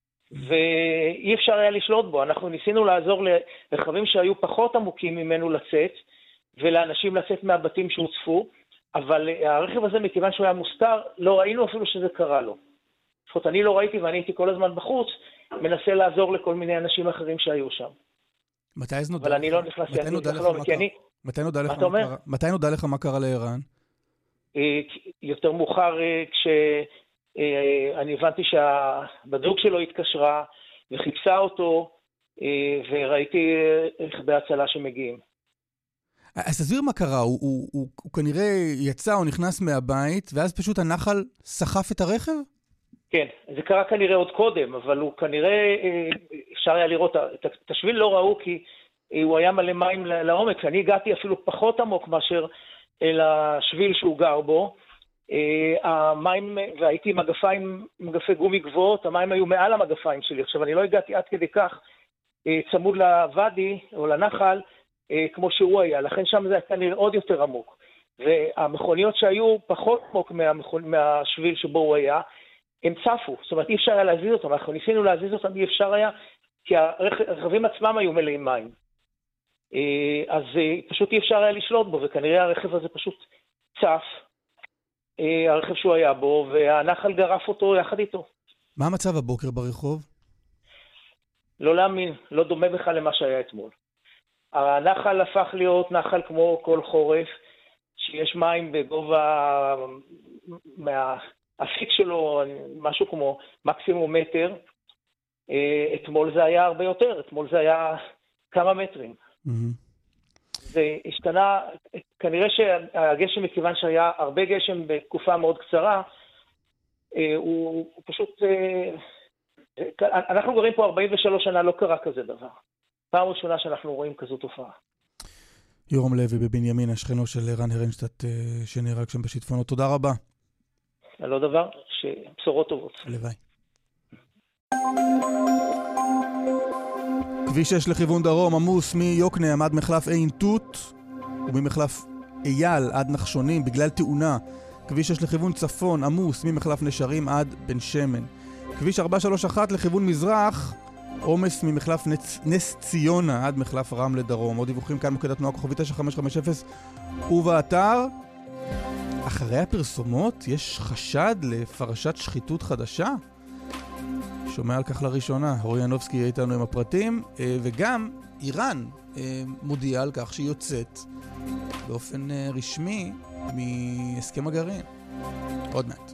ואי אפשר היה לשלוט בו. אנחנו ניסינו לעזור לרכבים שהיו פחות עמוקים ממנו לצאת, ולאנשים לצאת מהבתים שהוצפו, אבל הרכב הזה, מכיוון שהוא היה מוסתר, לא ראינו אפילו שזה קרה לו. לפחות אני לא ראיתי, ואני הייתי כל הזמן בחוץ, מנסה לעזור לכל מיני אנשים אחרים שהיו שם. מתי זה נודע אבל לך? אני לא נכנס מתי נודע לך מה קרה? מתי נודע לך מה קרה? מתי נודע לך מה קרה לערן? יותר מאוחר, כש... אני הבנתי שהבדוק שלו התקשרה וחיפשה אותו, וראיתי רכבי הצלה שמגיעים. אז תסביר מה קרה, הוא, הוא, הוא, הוא כנראה יצא או נכנס מהבית, ואז פשוט הנחל סחף את הרכב? כן, זה קרה כנראה עוד קודם, אבל הוא כנראה, אפשר היה לראות, את השביל לא ראו כי הוא היה מלא מים לעומק, אני הגעתי אפילו פחות עמוק מאשר אל השביל שהוא גר בו, המים, והייתי עם מגפיים, מגפי גומי גבוהות, המים היו מעל המגפיים שלי. עכשיו, אני לא הגעתי עד כדי כך צמוד לוואדי או לנחל, כמו שהוא היה. לכן שם זה היה כנראה עוד יותר עמוק. והמכוניות שהיו פחות עמוק מהשביל שבו הוא היה, הם צפו. זאת אומרת, אי אפשר היה להזיז אותם. אנחנו ניסינו להזיז אותם, אי אפשר היה, כי הרכבים עצמם היו מלאים מים. אז פשוט אי אפשר היה לשלוט בו, וכנראה הרכב הזה פשוט צף. הרכב שהוא היה בו, והנחל גרף אותו יחד איתו. מה המצב הבוקר ברחוב? לא להאמין, לא דומה בכלל למה שהיה אתמול. הנחל הפך להיות נחל כמו כל חורף, שיש מים בגובה, מהאפיק שלו, משהו כמו מקסימום מטר. אתמול זה היה הרבה יותר, אתמול זה היה כמה מטרים. Mm-hmm. זה השתנה, כנראה שהגשם, מכיוון שהיה הרבה גשם בתקופה מאוד קצרה, הוא, הוא פשוט, אנחנו גרים פה ארבעים ושלוש שנה, לא קרה כזה דבר. פעם ראשונה שאנחנו רואים כזו תופעה. יורם לוי בבנימינה, שכנו של ערן הרנשטט שנהרג שם בשיטפונות. תודה רבה. לא דבר, שבשורות טובות. הלוואי. כביש שש לכיוון דרום עמוס מיוקנעם עד מחלף עין תות וממחלף אייל עד נחשונים בגלל תאונה. כביש שש לכיוון צפון עמוס ממחלף נשרים עד בן שמן. כביש ארבע שלוש אחת לכיוון מזרח עומס ממחלף נס, נס ציונה עד מחלף רמלה דרום. עוד דיווחים כאן מוקד התנועה כוכבי תשע חמש חמש אפס ובאתר. אחרי הפרסומות יש חשד לפרשת שחיתות חדשה. שומע על כך לראשונה. אורי ינובסקי יהיה איתנו עם הפרטים, וגם איראן מודיעה על כך שהיא יוצאת באופן רשמי מהסכם הגרעין. עוד מעט.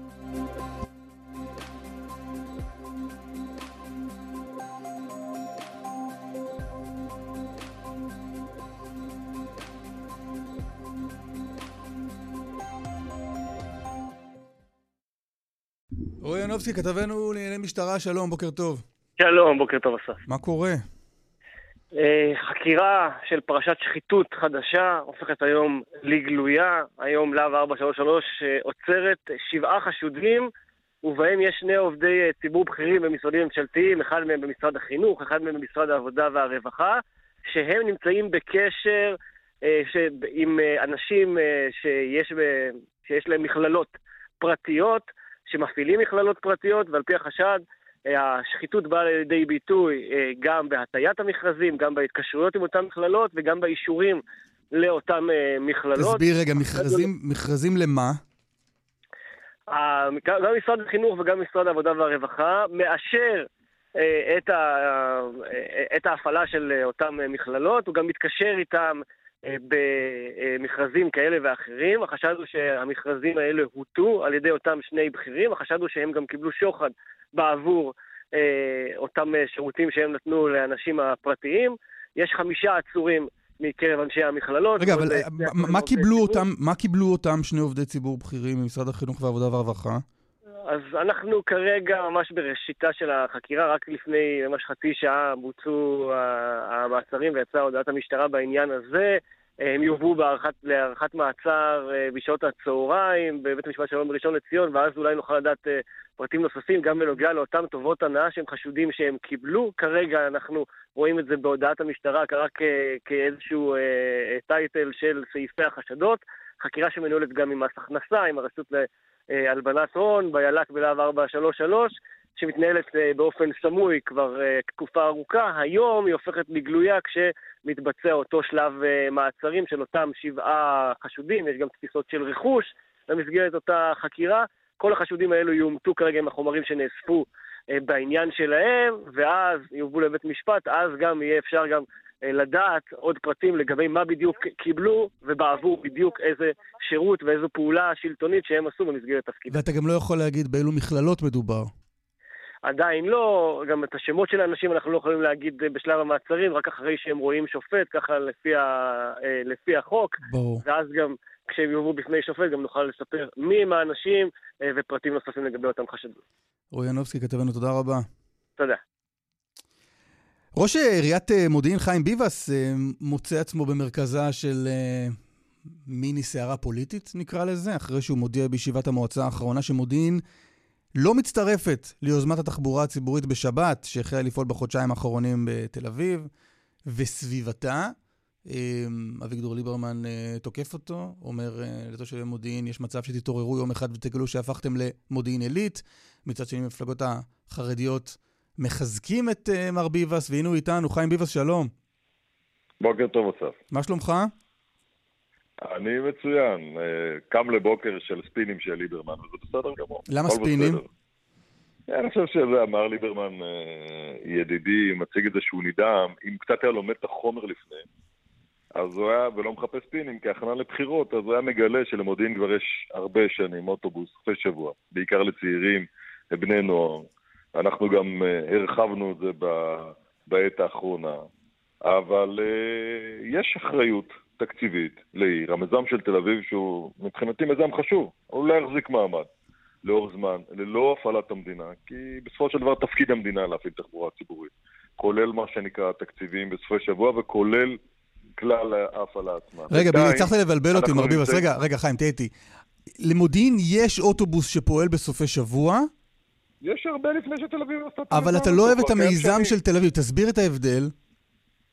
אורי ינובסקי, כתבנו לענייני משטרה, שלום, בוקר טוב. שלום, בוקר טוב אסף. מה קורה? חקירה של פרשת שחיתות חדשה הופכת היום לגלויה. היום להב ארבע שלוש שלוש עוצרת שבעה חשודים, ובהם יש שני עובדי ציבור בכירים במשרדים ממשלתיים, אחד מהם במשרד החינוך, אחד מהם במשרד העבודה והרווחה, שהם נמצאים בקשר עם אנשים שיש, שיש להם מכללות פרטיות, שמפעילים מכללות פרטיות, ועל פי החשד, השחיתות באה לידי ביטוי גם בהטיית המכרזים, גם בהתקשרויות עם אותן מכללות, וגם באישורים לאותן מכללות. תסביר רגע, מכרזים, מכרזים למה? גם משרד החינוך וגם משרד העבודה והרווחה מאשר את, ה, את ההפעלה של אותן מכללות, הוא גם מתקשר איתם במכרזים כאלה ואחרים. החשד הוא שהמכרזים האלה הוטו על ידי אותם שני בכירים, החשד הוא שהם גם קיבלו שוחד בעבור אה, אותם שירותים שהם נתנו לאנשים הפרטיים. יש חמישה עצורים מקרב אנשי המכללות. רגע, אבל מה, מה קיבלו אותם, מה קיבלו אותם שני עובדי ציבור בכירים ממשרד החינוך והעבודה והרווחה? אז אנחנו כרגע ממש בראשיתה של החקירה, רק לפני ממש חצי שעה בוצעו המעצרים ויצאה הודעת המשטרה בעניין הזה. הם יובאו להארכת מעצר בשעות הצהריים בבית המשפט שלום בראשון לציון, ואז אולי נוכל לדעת פרטים נוספים גם בנוגע לאותם טובות הנאה שהם חשודים שהם קיבלו. כרגע אנחנו רואים את זה בהודעת המשטרה רק כאיזשהו טייטל של סעיפי החשדות. חקירה שמנוהלת גם עם מס הכנסה, עם הרשות להלבנת הון, בילק בלהב ארבע שלוש שלוש, שמתנהלת באופן סמוי כבר תקופה ארוכה. היום היא הופכת לגלויה כשמתבצע אותו שלב מעצרים של אותם שבעה חשודים. יש גם תפיסות של רכוש במסגרת אותה חקירה. כל החשודים האלו יומתו כרגע עם החומרים שנאספו בעניין שלהם, ואז יובאו לבית משפט. אז גם יהיה אפשר גם לדעת עוד פרטים לגבי מה בדיוק קיבלו, ובעבור בדיוק איזה שירות ואיזו פעולה שלטונית שהם עשו במסגרת תפקיד. ואתה גם לא יכול להגיד באילו מכללות מדובר. עדיין לא, גם את השמות של האנשים אנחנו לא יכולים להגיד בשלב המעצרים, רק אחרי שהם רואים שופט, ככה לפי, ה, לפי החוק. ברור. ואז גם כשהם יובאו בפני שופט גם נוכל לספר מי הם האנשים ופרטים נוספים לגבי אותם חשדות. אורי ינובסקי, כתבנו, תודה רבה. תודה. ראש עיריית מודיעין חיים ביבס מוצא עצמו במרכזה של מיני סערה פוליטית, נקרא לזה, אחרי שהוא מודיע בישיבת המועצה האחרונה שמודיעין לא מצטרפת ליוזמת התחבורה הציבורית בשבת, שהחלה לפעול בחודשיים האחרונים בתל אביב וסביבתה. אביגדור ליברמן תוקף אותו, אומר לתושבי מודיעין, יש מצב שתתעוררו יום אחד ותגלו שהפכתם למודיעין עילית. מצד שני, מפלגות החרדיות מחזקים את מר ביבס, והנה הוא איתנו. חיים ביבס, שלום. בוקר טוב, אסף. מה שלומך? אני מצוין. קם לבוקר של ספינים של ליברמן, וזה בסדר גמור. למה ספינים? אני חושב שזה אמר ליברמן, ידידי, מציג את זה שהוא נדהם, אם קצת היה לומד את החומר לפני, אז הוא היה, ולא מחפש ספינים, כהכנה לבחירות, אז הוא היה מגלה שלמודיעין כבר יש הרבה שנים, אוטובוס, סופי שבוע, בעיקר לצעירים, לבני נוער. אנחנו גם הרחבנו את זה בעת האחרונה, אבל יש אחריות תקציבית לעיר. המיזם של תל אביב, שהוא מבחינתי מיזם חשוב, הוא לא יחזיק מעמד לאור זמן, ללא הפעלת המדינה, כי בסופו של דבר תפקיד המדינה להפעיל תחבורה ציבורית, כולל מה שנקרא תקציבים בסופי שבוע, וכולל כלל ההפעלה עצמה. רגע, הצלחת לבלבל אותי, מר ביבס. רגע, רגע, חיים, תהיה איתי. למודיעין יש אוטובוס שפועל בסופי שבוע? יש הרבה לפני שתל אביב עשתה. אבל אתה לא אוהב את המיזם של תל אביב. תסביר את ההבדל.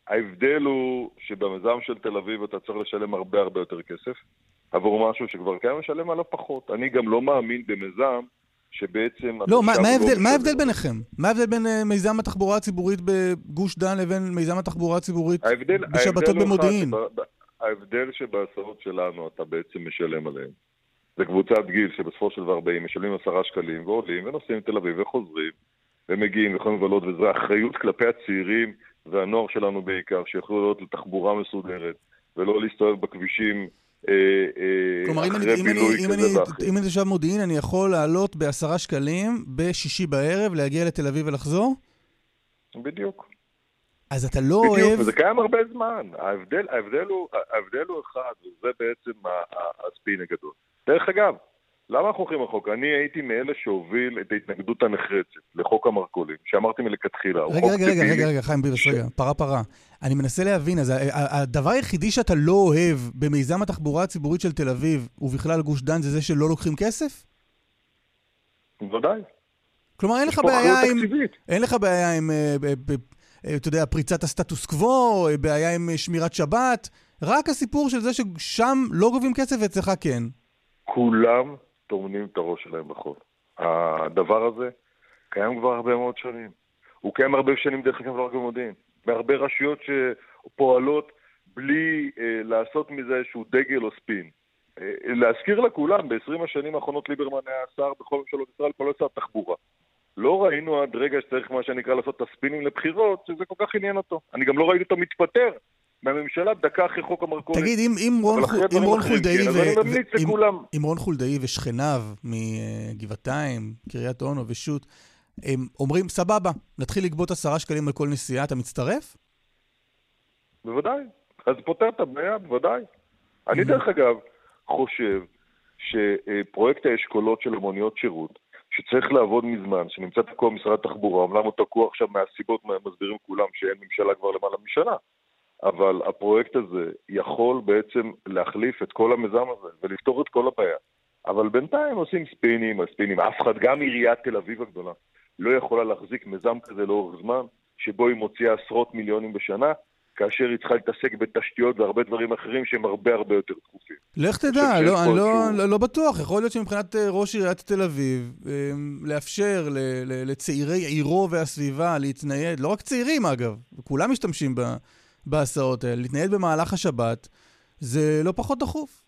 ההבדל הוא שבמיזם של תל אביב אתה צריך לשלם הרבה הרבה יותר כסף, עבור משהו שכבר קיים לשלם עליו פחות. אני גם לא מאמין במיזם שבעצם... לא, מה ההבדל ביניכם? מה ההבדל בין מיזם התחבורה הציבורית בגוש דן לבין מיזם התחבורה הציבורית בשבתות במודיעין? ההבדל שבהסעות שלנו אתה בעצם משלם עליהם. זה קבוצת גיל שבסופו של דבר באים, משלמים עשרה שקלים ועולים ונוסעים לתל אביב וחוזרים ומגיעים ויכולים לבלות, וזו אחריות כלפי הצעירים והנוער שלנו בעיקר, שיכולו להיות לתחבורה מסודרת ולא להסתובב בכבישים כלומר, אם אני תושב מודיעין, אני יכול לעלות בעשרה שקלים בשישי בערב, להגיע לתל אביב ולחזור? בדיוק. אז אתה לא אוהב... בדיוק, וזה קיים הרבה זמן. ההבדל הוא אחד, וזה בעצם הספין הגדול. דרך אגב, למה אנחנו הולכים לחוק? אני הייתי מאלה שהוביל את ההתנגדות הנחרצת לחוק המרכולים, שאמרתי מלכתחילה. רגע, רגע, רגע, רגע, רגע, חיים ביבס, רגע, פרה פרה. אני מנסה להבין, אז הדבר היחידי שאתה לא אוהב במיזם התחבורה הציבורית של תל אביב, ובכלל גוש דן, זה זה שלא לוקחים כסף? ודאי. כלומר, אין לך בעיה עם... אין לך בעיה עם, אתה יודע, פריצת הסטטוס קוו, בעיה עם שמירת שבת, רק הסיפור של זה ששם לא גובים כסף ואצלך כן. כולם טומנים את הראש שלהם בחול. הדבר הזה קיים כבר הרבה מאוד שנים. הוא קיים הרבה שנים דרך אגב לא רק במודיעין. בהרבה רשויות שפועלות בלי אה, לעשות מזה איזשהו דגל או ספין. אה, להזכיר לכולם, ב-עשרים השנים האחרונות ליברמן היה שר בכל ממשלות ישראל, כל שר תחבורה. לא ראינו עד רגע שצריך מה שנקרא לעשות את הספינים לבחירות, שזה כל כך עניין אותו. אני גם לא ראיתי אותו מתפטר מהממשלה דקה אחרי חוק המרכולים. תגיד, אם רון חולדאי ושכניו מגבעתיים, קריית אונו ושות, הם אומרים, סבבה, נתחיל לגבות עשרה שקלים על כל נסיעה, אתה מצטרף? בוודאי. אז פותר את הבעיה, בוודאי. אני דרך אגב חושב שפרויקט האשכולות של המוניות שירות, שצריך לעבוד מזמן, שנמצא תקוע משרד התחבורה, אמנם הוא תקוע עכשיו מהסיבות, מסבירים כולם שאין ממשלה כבר למעלה משנה, אבל הפרויקט הזה יכול בעצם להחליף את כל המיזם הזה ולפתור את כל הבעיה. אבל בינתיים עושים ספינים, ספינים. אף אחד, גם עיריית תל אביב הגדולה, לא יכולה להחזיק מיזם כזה לאורך זמן, שבו היא מוציאה עשרות מיליונים בשנה, כאשר היא צריכה להתעסק בתשתיות והרבה דברים אחרים שהם הרבה הרבה יותר דחופים. לך תדע, לא, אני לא, לא, לא בטוח. יכול להיות שמבחינת ראש עיריית תל אביב, לאפשר לצעירי עירו והסביבה להתנייד, לא רק צעירים אגב, כולם משתמשים בה, בהסעות האלה, להתנייד במהלך השבת, זה לא פחות דחוף.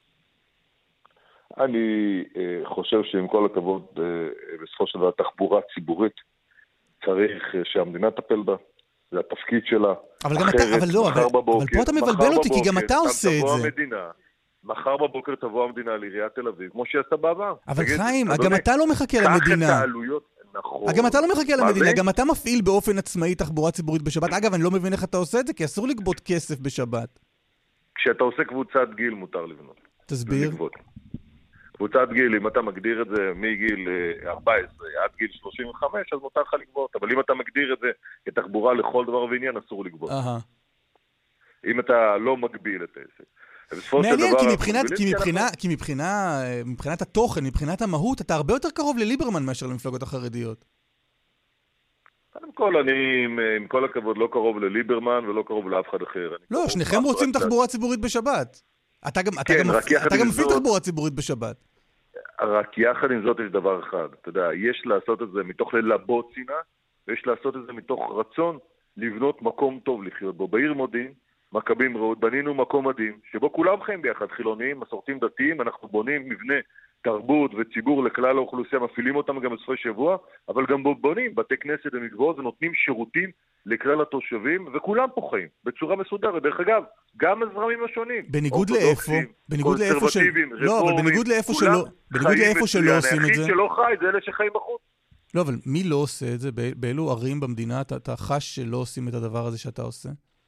אני אה, חושב שעם כל הכבוד, אה, בסופו של דבר, תחבורה ציבורית, צריך אה, שהמדינה תטפל בה, זה התפקיד שלה. אבל גם אתה, אבל לא, אבל, בבוקר, אבל פה אתה מבלבל אותי, כי גם אתה עושה את זה. המדינה, מחר בבוקר תבוא המדינה לעיריית תל אביב, כמו שעשתה בעבר. אבל חיים, גם אתה לא מחכה למדינה. קח את העלויות, נכון. גם אתה לא מחכה למדינה, גם אתה מפעיל באופן עצמאי תחבורה ציבורית בשבת. אגב, אני לא מבין איך אתה עושה את זה, כי אסור לגבות כסף בשבת. כשאתה עושה קבוצת גיל מותר לבנות. תסביר. קבוצת גיל, אם אתה מגדיר את זה מגיל ארבע עשרה עד גיל שלושים וחמש, אז מותר לך לגבות. אבל אם אתה מגדיר את זה כתחבורה לכל דבר ועניין, אסור לגבות. אם אתה לא מגביל את העסק. מעניין, כי מבחינת, כי מבחינה, כי מבחינה, מבחינת התוכן, מבחינת המהות, אתה הרבה יותר קרוב לליברמן מאשר למפלגות החרדיות. קודם כל, אני עם כל הכבוד לא קרוב לליברמן ולא קרוב לאף אחד אחר. לא, שניכם רוצים תחבורה ציבורית בשבת. אתה גם, אתה גם, אתה גם מפעיל תחבורה ציבורית בשבת. רק יחד עם זאת יש דבר אחד, אתה יודע, יש לעשות את זה מתוך ללבות שנאה, ויש לעשות את זה מתוך רצון לבנות מקום טוב לחיות בו. בעיר מודיעין, מכבים רעות, בנינו מקום מדהים, שבו כולם חיים ביחד, חילוניים, מסורתיים דתיים, אנחנו בונים מבנה תרבות וציבור לכלל האוכלוסייה, מפעילים אותם גם בסופי שבוע, אבל גם בונים בתי כנסת ומקוואות ונותנים שירותים לכלל התושבים, וכולם פה חיים, בצורה מסודרת. דרך אגב, גם הזרמים השונים. בניגוד לאיפה, בניגוד לאיפה של... לא, אבל בניגוד לאיפה שלא, בניגוד לאיפה שלא עושים את זה. היחיד שלא חי, זה אלה שחיים בחוץ. לא, אבל מי לא עושה את זה? באילו ערים במדינה אתה חש שלא עושים את הדבר הזה שאתה עושה?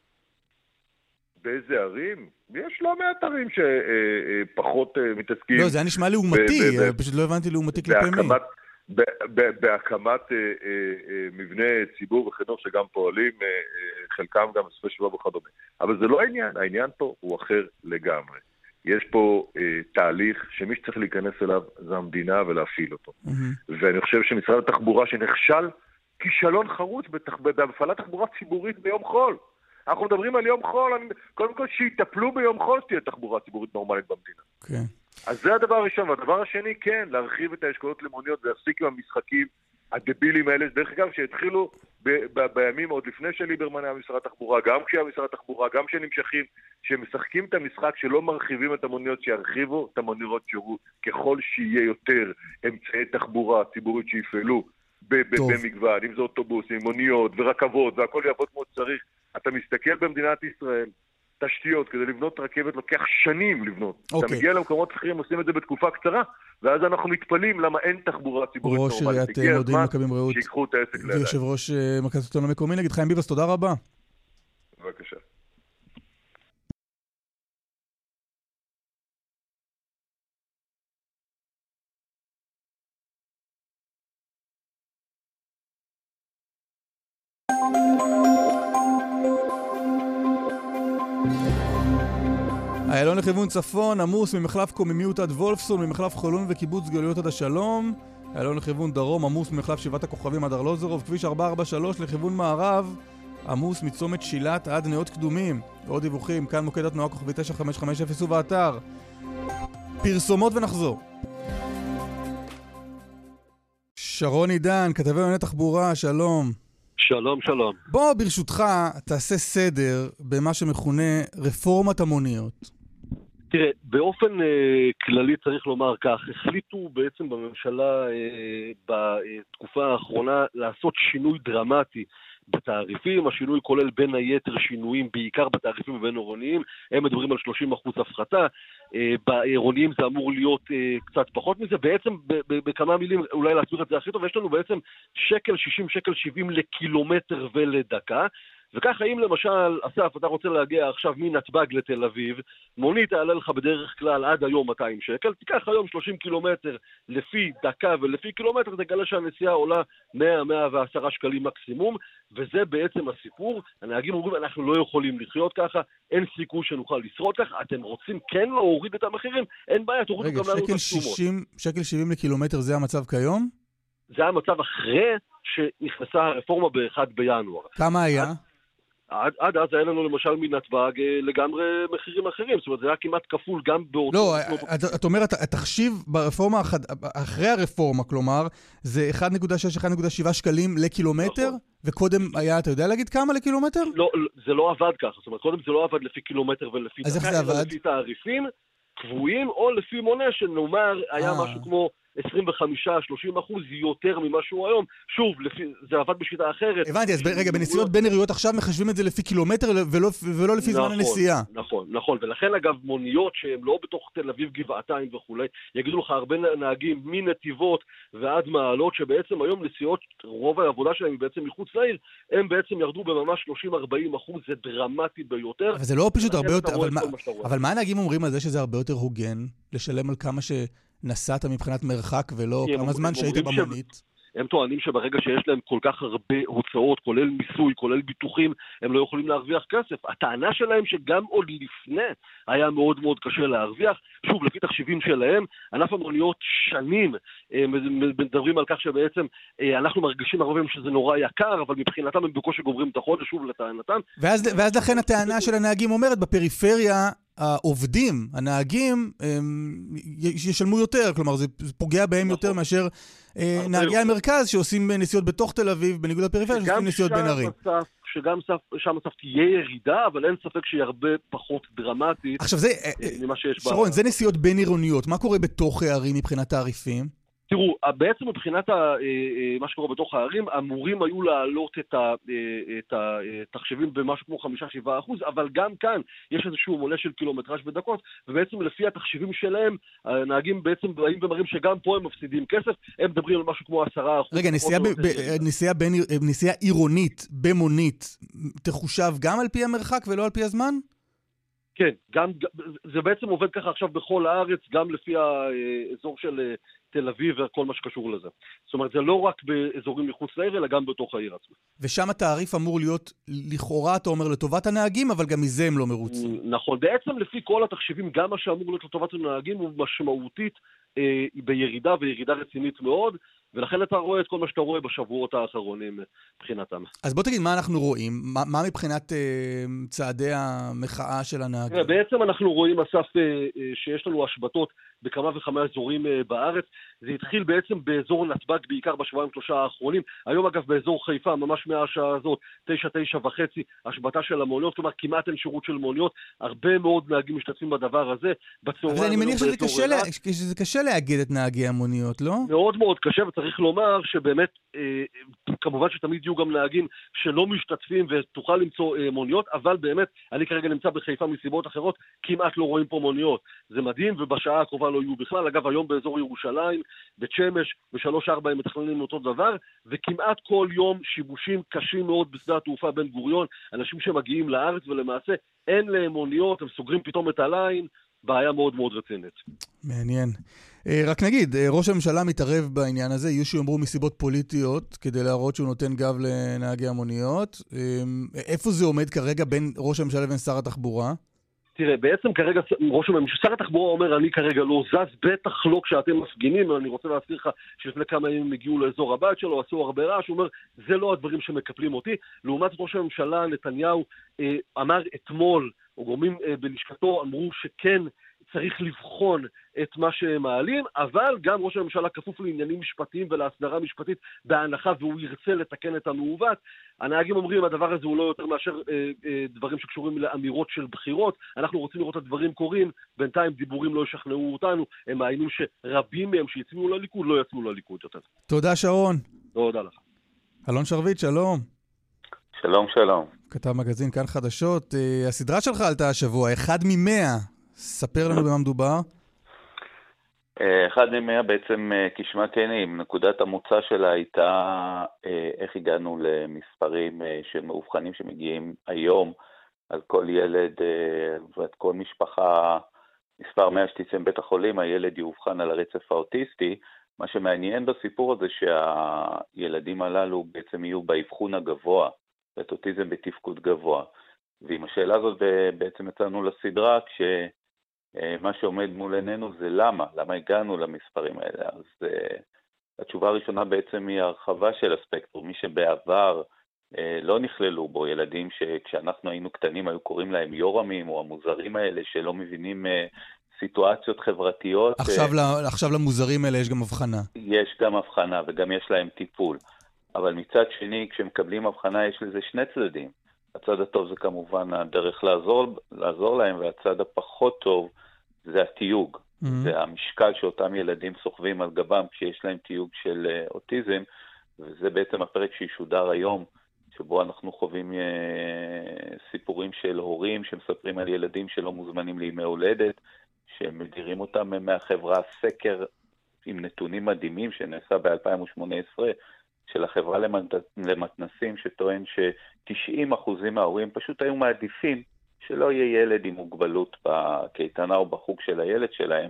באיזה ערים? יש לא מעט ערים שפחות מתעסקים. לא, זה היה נשמע לעומתי, פשוט לא הבנתי לעומתי כלפי מי. בהקמת מבנה ציבור וחינוך שגם פועלים, חלקם גם בסופי שבוע וכדומה. אבל זה לא העניין, העניין פה הוא אחר לגמרי. יש פה תהליך שמי שצריך להיכנס אליו זה המדינה ולהפעיל אותו. ואני חושב שמשרד התחבורה שנכשל כישלון חרוץ בהפעלת תחבורה ציבורית ביום חול. אנחנו מדברים על יום חול, אני, קודם כל שיטפלו ביום חול שתהיה תחבורה ציבורית נורמלית במדינה. כן. אז זה הדבר הראשון, והדבר השני, כן, להרחיב את האשכולות למוניות ולהפסיק עם המשחקים הדבילים האלה, דרך אגב, שהתחילו ב- ב- בימים עוד לפני שליברמן היה משרד התחבורה, גם כשהיה משרד התחבורה, גם כשנמשכים, שמשחקים את המשחק שלא מרחיבים את המוניות, שירחיבו את המוניות שירות, ככל שיהיה יותר אמצעי תחבורה ציבורית שיפעלו במגוון, אם זה אוטובוסים, מוניות ורכבות, והכל יעבוד כמו שצריך. אתה מסתכל במדינת ישראל, תשתיות, כדי לבנות רכבת לוקח שנים לבנות. Okay. אתה מגיע למקומות אחרים, עושים את זה בתקופה קצרה, ואז אנחנו מתפלים למה אין תחבורה ציבורית נורמלית. ראש עיריית מודיעין מכבים רעות, שיקחו את העסק לידיים. ויושב ראש מרכז השלטון המקומי, נגיד חיים ביבס, תודה רבה. בבקשה. איילון לכיוון צפון, עמוס ממחלף קוממיות עד וולפסון, ממחלף חולון וקיבוץ גלויות עד השלום. איילון לכיוון דרום, עמוס ממחלף שבעת הכוכבים עד ארלוזורוב. כביש ארבע ארבע שלוש לכיוון מערב, עמוס מצומת שילת עד נאות קדומים. עוד דיווחים, כאן מוקד התנועה כוכבי תשע חמש חמש אפס ובאתר. פרסומות ונחזור. שרון עידן, כתבי ענייני תחבורה, שלום. שלום, שלום. בוא ברשותך תעשה סדר במה שמכונה רפורמת המוניות. תראה, באופן אה, כללי צריך לומר כך, החליטו בעצם בממשלה אה, בתקופה האחרונה לעשות שינוי דרמטי בתעריפים. השינוי כולל בין היתר שינויים בעיקר בתעריפים הבין-עירוניים, הם מדברים על שלושים אחוז הפחתה, אה, בעירוניים זה אמור להיות אה, קצת פחות מזה, בעצם ב- ב- בכמה מילים אולי להסביר את זה הכי טוב, יש לנו בעצם שקל שישים, שקל שבעים לקילומטר ולדקה, וככה אם למשל, אסף, אתה רוצה להגיע עכשיו מנתב"ג לתל אביב, מונית תעלה לך בדרך כלל עד היום מאתיים שקל, תיקח היום שלושים קילומטר לפי דקה ולפי קילומטר, תגלה שהנסיעה עולה מאה עד מאה ועשרה שקלים מקסימום, וזה בעצם הסיפור. הנהגים אומרים, אנחנו לא יכולים לחיות ככה, אין סיכוי שנוכל לשרוד ככה, אתם רוצים כן להוריד את המחירים, אין בעיה, תורידו גם לנו את התשומות. רגע, שקל שבעים לקילומטר זה המצב כיום? זה המצב אחרי שנכנסה הרפורמה ב-אחד בינואר. כמה היה? עד, עד אז היה לנו למשל מנתב"ג לגמרי מחירים אחרים, זאת אומרת זה היה כמעט כפול גם באותו... לא, את, את אומרת, התחשיב ברפורמה, אחרי הרפורמה, כלומר, זה אחד נקודה שש עד אחד נקודה שבע שקלים לקילומטר, נכון. וקודם היה, אתה יודע להגיד כמה לקילומטר? לא, זה לא עבד ככה, זאת אומרת, קודם זה לא עבד לפי קילומטר ולפי... אז איך זה עבד? לפי תעריפים קבועים, או לפי מונה שנאמר היה 아. משהו כמו... עשרים וחמישה עד שלושים אחוז יותר ממה שהוא היום. שוב, לפי, זה עבד בשיטה אחרת. הבנתי, אז רגע, בנסיעות בין עיריות עכשיו מחשבים את זה לפי קילומטר ולא, ולא לפי נכון, זמן הנסיעה. נכון, נכון. ולכן אגב מוניות שהן לא בתוך תל אביב גבעתיים וכולי, יגידו לך הרבה נהגים מנתיבות ועד מעלות, שבעצם היום נסיעות, רוב העבודה שלהם בעצם מחוץ לעיר, הם בעצם ירדו בממש שלושים עד ארבעים אחוז, זה דרמטי ביותר. אבל זה לא פשוט הרבה יותר, אבל מה, אבל מה הנהגים אומרים על זה שזה הרבה יותר הוגן, לשלם על כמה ש... נסעת מבחינת מרחק ולא כמה זמן שהיית במונית? הם טוענים שברגע שיש להם כל כך הרבה הוצאות, כולל מיסוי, כולל ביטוחים, הם לא יכולים להרוויח כסף. הטענה שלהם שגם עוד לפני היה מאוד מאוד קשה להרוויח. שוב, לפי תחשיבים שלהם, ענף המוניות שנים מדברים על כך שבעצם אנחנו מרגישים הרבה שזה נורא יקר, אבל מבחינתם הם בקושי גומרים את החודש, שוב לטענתם. ואז, ואז לכן הטענה של הנהגים אומרת, בפריפריה העובדים, הנהגים, ישלמו יותר, כלומר זה פוגע בהם יותר מאשר נהגי המרכז שעושים נסיעות בתוך תל אביב, בניגוד לפריפריה, שעושים נסיעות בין ערים. שגם שם הסף תהיה ירידה, אבל אין ספק שהיא הרבה פחות דרמטית ממה שיש בה. שרון, זה נסיעות בין עירוניות, מה קורה בתוך הערים מבחינת תעריפים? תראו, בעצם מבחינת מה שקורה בתוך הערים, אמורים היו להעלות את התחשבים במשהו כמו חמישה עד שבעה אחוז, אבל גם כאן יש איזשהו מונה של קילומטראז' בדקות, ובעצם לפי התחשיבים שלהם, הנהגים בעצם באים ומראים שגם פה הם מפסידים כסף, הם מדברים על משהו כמו עשרה אחוז. רגע, נסיעה עירונית במונית תחושב גם על פי המרחק ולא על פי הזמן? כן, גם, זה בעצם עובד ככה עכשיו בכל הארץ, גם לפי האזור של תל אביב וכל מה שקשור לזה. זאת אומרת, זה לא רק באזורים מחוץ לעיר, אלא גם בתוך העיר עצמה. ושם התעריף אמור להיות לכאורה, אתה אומר, לטובת הנהגים, אבל גם מזה הם לא מרוצים. נכון, בעצם לפי כל התחשיבים, גם מה שאמור להיות לטובת הנהגים הוא משמעותית אה, בירידה, וירידה רצינית מאוד. ולכן אתה רואה את כל מה שאתה רואה בשבועות האחרונים מבחינתם. אז בוא תגיד מה אנחנו רואים, מה, מה מבחינת אה, צעדי המחאה של הנהגים? בעצם אנחנו רואים, אסף, שיש לנו השבתות בכמה וכמה אזורים בארץ. זה התחיל בעצם באזור נתב"ג, בעיקר בשבועיים שלושה האחרונים. היום אגב באזור חיפה, ממש מהשעה הזאת, תשע, תשע וחצי, השבתה של המוניות, כלומר כמעט אין שירות של מוניות. הרבה מאוד נהגים משתתפים בדבר הזה. אבל אני מניח שזה קשה, לה... שזה קשה להגיד את נהגי המוניות, לא? מאוד מאוד קשה, וצריך לומר שבאמת, אה, כמובן שתמיד יהיו גם נהגים שלא משתתפים ותוכל למצוא אה, מוניות, אבל באמת, אני כרגע נמצא בחיפה מסיבות אחרות, כמעט לא רואים פה מוניות. זה מדהים, ובשעה הקרובה לא יהיו בכלל. אגב, היום באזור ירושלים, בית שמש, בשלוש ארבע הם מתכננים אותו דבר, וכמעט כל יום שיבושים קשים מאוד בשדה התעופה בן גוריון, אנשים שמגיעים לארץ ולמעשה אין להם מוניות, הם סוגרים פתאום את הליין, בעיה מאוד מאוד רצינית. מעניין. רק נגיד, ראש הממשלה מתערב בעניין הזה, יהיו שיאמרו מסיבות פוליטיות, כדי להראות שהוא נותן גב לנהגי המוניות. איפה זה עומד כרגע בין ראש הממשלה לבין שר התחבורה? תראה, בעצם כרגע ראש הממשלה, שר התחבורה אומר, אני כרגע לא זז, בטח לא כשאתם מפגינים, אני רוצה להזכיר לך שלפני כמה ימים הגיעו לאזור הבית שלו, עשו הרבה רעש, הוא אומר, זה לא הדברים שמקפלים אותי. לעומת ראש הממשלה, נתניהו אה, אמר אתמול, או גורמים אה, בלשכתו אמרו שכן צריך לבחון את מה שהם מעלים, אבל גם ראש הממשלה כפוף לעניינים משפטיים ולהסדרה משפטית בהנחה והוא ירצה לתקן את המעוות. הנהגים אומרים, הדבר הזה הוא לא יותר מאשר אה, אה, דברים שקשורים לאמירות של בחירות, אנחנו רוצים לראות את הדברים קורים, בינתיים דיבורים לא ישכנעו אותנו, הם מאיימים שרבים מהם שיצאו לליכוד לא יצאו לליכוד יותר. תודה שרון. תודה לך. אלון שרביט, שלום. שלום, שלום. כתב מגזין כאן חדשות, אה, הסדרה שלך עלתה השבוע, אחד ממאה. ספר לנו במה מדובר. אחד ממאה בעצם כשמה כן היא, נקודת המוצא שלה הייתה איך הגענו למספרים שמאובחנים שמגיעים היום על כל ילד ועד כל משפחה, מספר מאה שתצא מבית החולים, הילד יאובחן על הרצף האוטיסטי. מה שמעניין בסיפור הזה שהילדים הללו בעצם יהיו באבחון הגבוה, את אוטיזם בתפקוד גבוה. ועם השאלה הזאת בעצם יצאנו לסדרה כש... מה שעומד מול עינינו זה למה, למה הגענו למספרים האלה. אז uh, התשובה הראשונה בעצם היא הרחבה של הספקטרום. מי שבעבר uh, לא נכללו בו, ילדים שכשאנחנו היינו קטנים היו קוראים להם יורמים או המוזרים האלה שלא מבינים uh, סיטואציות חברתיות. עכשיו, uh, ל- עכשיו למוזרים האלה יש גם הבחנה. יש גם הבחנה וגם יש להם טיפול. אבל מצד שני, כשמקבלים הבחנה יש לזה שני צדדים. הצד הטוב זה כמובן הדרך לעזור, לעזור להם, והצד הפחות טוב זה התיוג. Mm-hmm. זה המשקל שאותם ילדים סוחבים על גבם כשיש להם תיוג של uh, אוטיזם, וזה בעצם הפרק שישודר היום, שבו אנחנו חווים uh, סיפורים של הורים שמספרים על ילדים שלא מוזמנים לימי הולדת, שמדירים אותם מהחברה. סקר עם נתונים מדהימים שנעשה ב-אלפיים שמונה עשרה, של החברה למתנסים, שטוען ש-תשעים אחוזים מההורים פשוט היו מעדיפים שלא יהיה ילד עם מוגבלות בקייטנה או בחוג של הילד שלהם,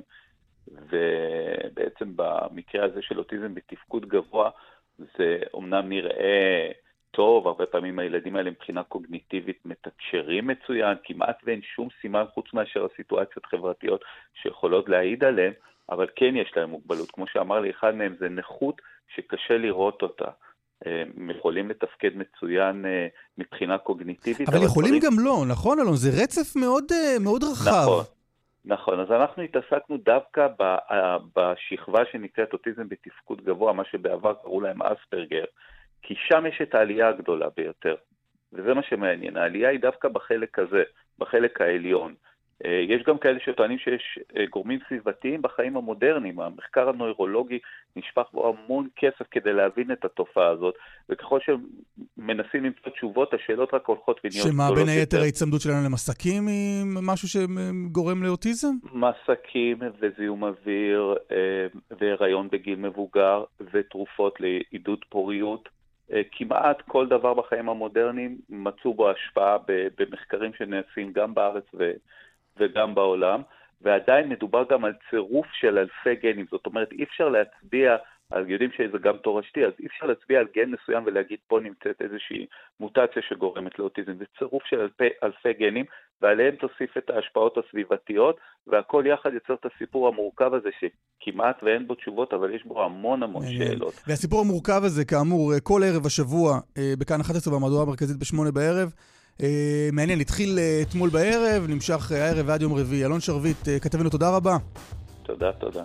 ובעצם במקרה הזה של אוטיזם בתפקוד גבוה, זה אומנם נראה טוב, הרבה פעמים הילדים האלה מבחינה קוגניטיבית מתקשרים מצוין, כמעט ואין שום סימן חוץ מאשר הסיטואציות חברתיות שיכולות להעיד עליהם, אבל כן יש להם מוגבלות. כמו שאמר לי, אחד מהם זה נכות שקשה לראות אותה. הם יכולים לתפקד מצוין מבחינה קוגניטיבית. אבל יכולים גם לא, נכון אלון? זה רצף מאוד, מאוד רחב. נכון, נכון. אז אנחנו התעסקנו דווקא בשכבה שנקראת אוטיזם בתפקוד גבוה, מה שבעבר קראו להם אספרגר, כי שם יש את העלייה הגדולה ביותר. וזה מה שמעניין. העלייה היא דווקא בחלק הזה, בחלק העליון. יש גם כאלה שטוענים שיש גורמים סביבתיים בחיים המודרניים. המחקר הנוירולוגי נשפך בו המון כסף כדי להבין את התופעה הזאת, וככל שמנסים למצוא תשובות, השאלות רק הולכות ונהיות גדולות יותר. שמה בין היתר ההצמדות שלנו למסקים היא משהו שגורם לאוטיזם? מסקים וזיהום אוויר והיריון בגיל מבוגר ותרופות לעידוד פוריות. כמעט כל דבר בחיים המודרניים מצאו בו השפעה במחקרים שנעשים גם בארץ ו... וגם בעולם, ועדיין מדובר גם על צירוף של אלפי גנים. זאת אומרת, אי אפשר להצביע, על יודעים שזה גם תורשתי, אז אי אפשר להצביע על גן מסוים ולהגיד פה נמצאת איזושהי מוטציה שגורמת לאוטיזם. זה צירוף של אלפי, אלפי גנים, ועליהם תוסיף את ההשפעות הסביבתיות, והכל יחד יוצר את הסיפור המורכב הזה שכמעט ואין בו תשובות, אבל יש בו המון המון שאלות. והסיפור המורכב הזה, כאמור, כל ערב השבוע, בכאן אחת עשרה במהדורה המרכזית בשמונה בערב, מעניין, התחיל אתמול בערב, נמשך הערב ועד יום רביעי. אלון שרביט, כתבנו, תודה רבה. תודה, תודה.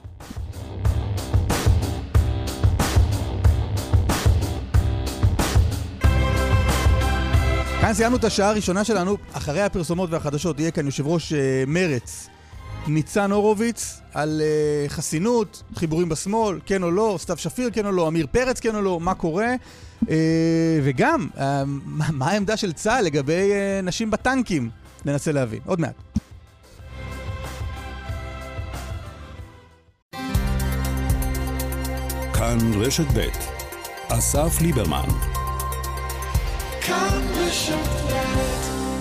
כאן סיימנו את השעה הראשונה שלנו. אחרי הפרסומות והחדשות יהיה כאן יושב ראש מרץ ניצן הורוביץ על חסינות, חיבורים בשמאל, כן או לא, סתיו שפיר כן או לא, אמיר פרץ כן או לא, מה קורה, וגם מה העמדה של צה"ל לגבי נשים בטנקים, ננסה להבין עוד מעט. כאן רשת ב' אסף ליברמן. כאן רשת ב'.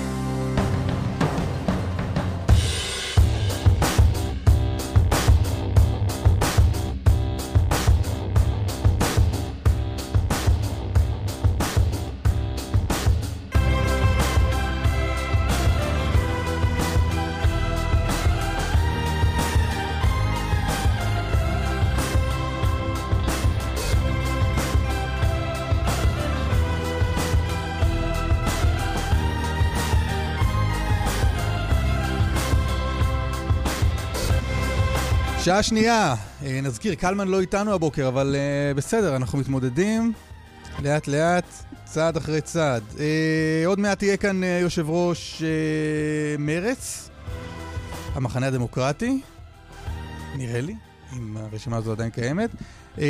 שעה שנייה, נזכיר, קלמן לא איתנו הבוקר, אבל uh, בסדר, אנחנו מתמודדים לאט לאט, צעד אחרי צעד. Uh, עוד מעט תהיה כאן uh, יושב ראש uh, מרץ, המחנה הדמוקרטי, נראה לי, אם הרשימה הזו עדיין קיימת, uh,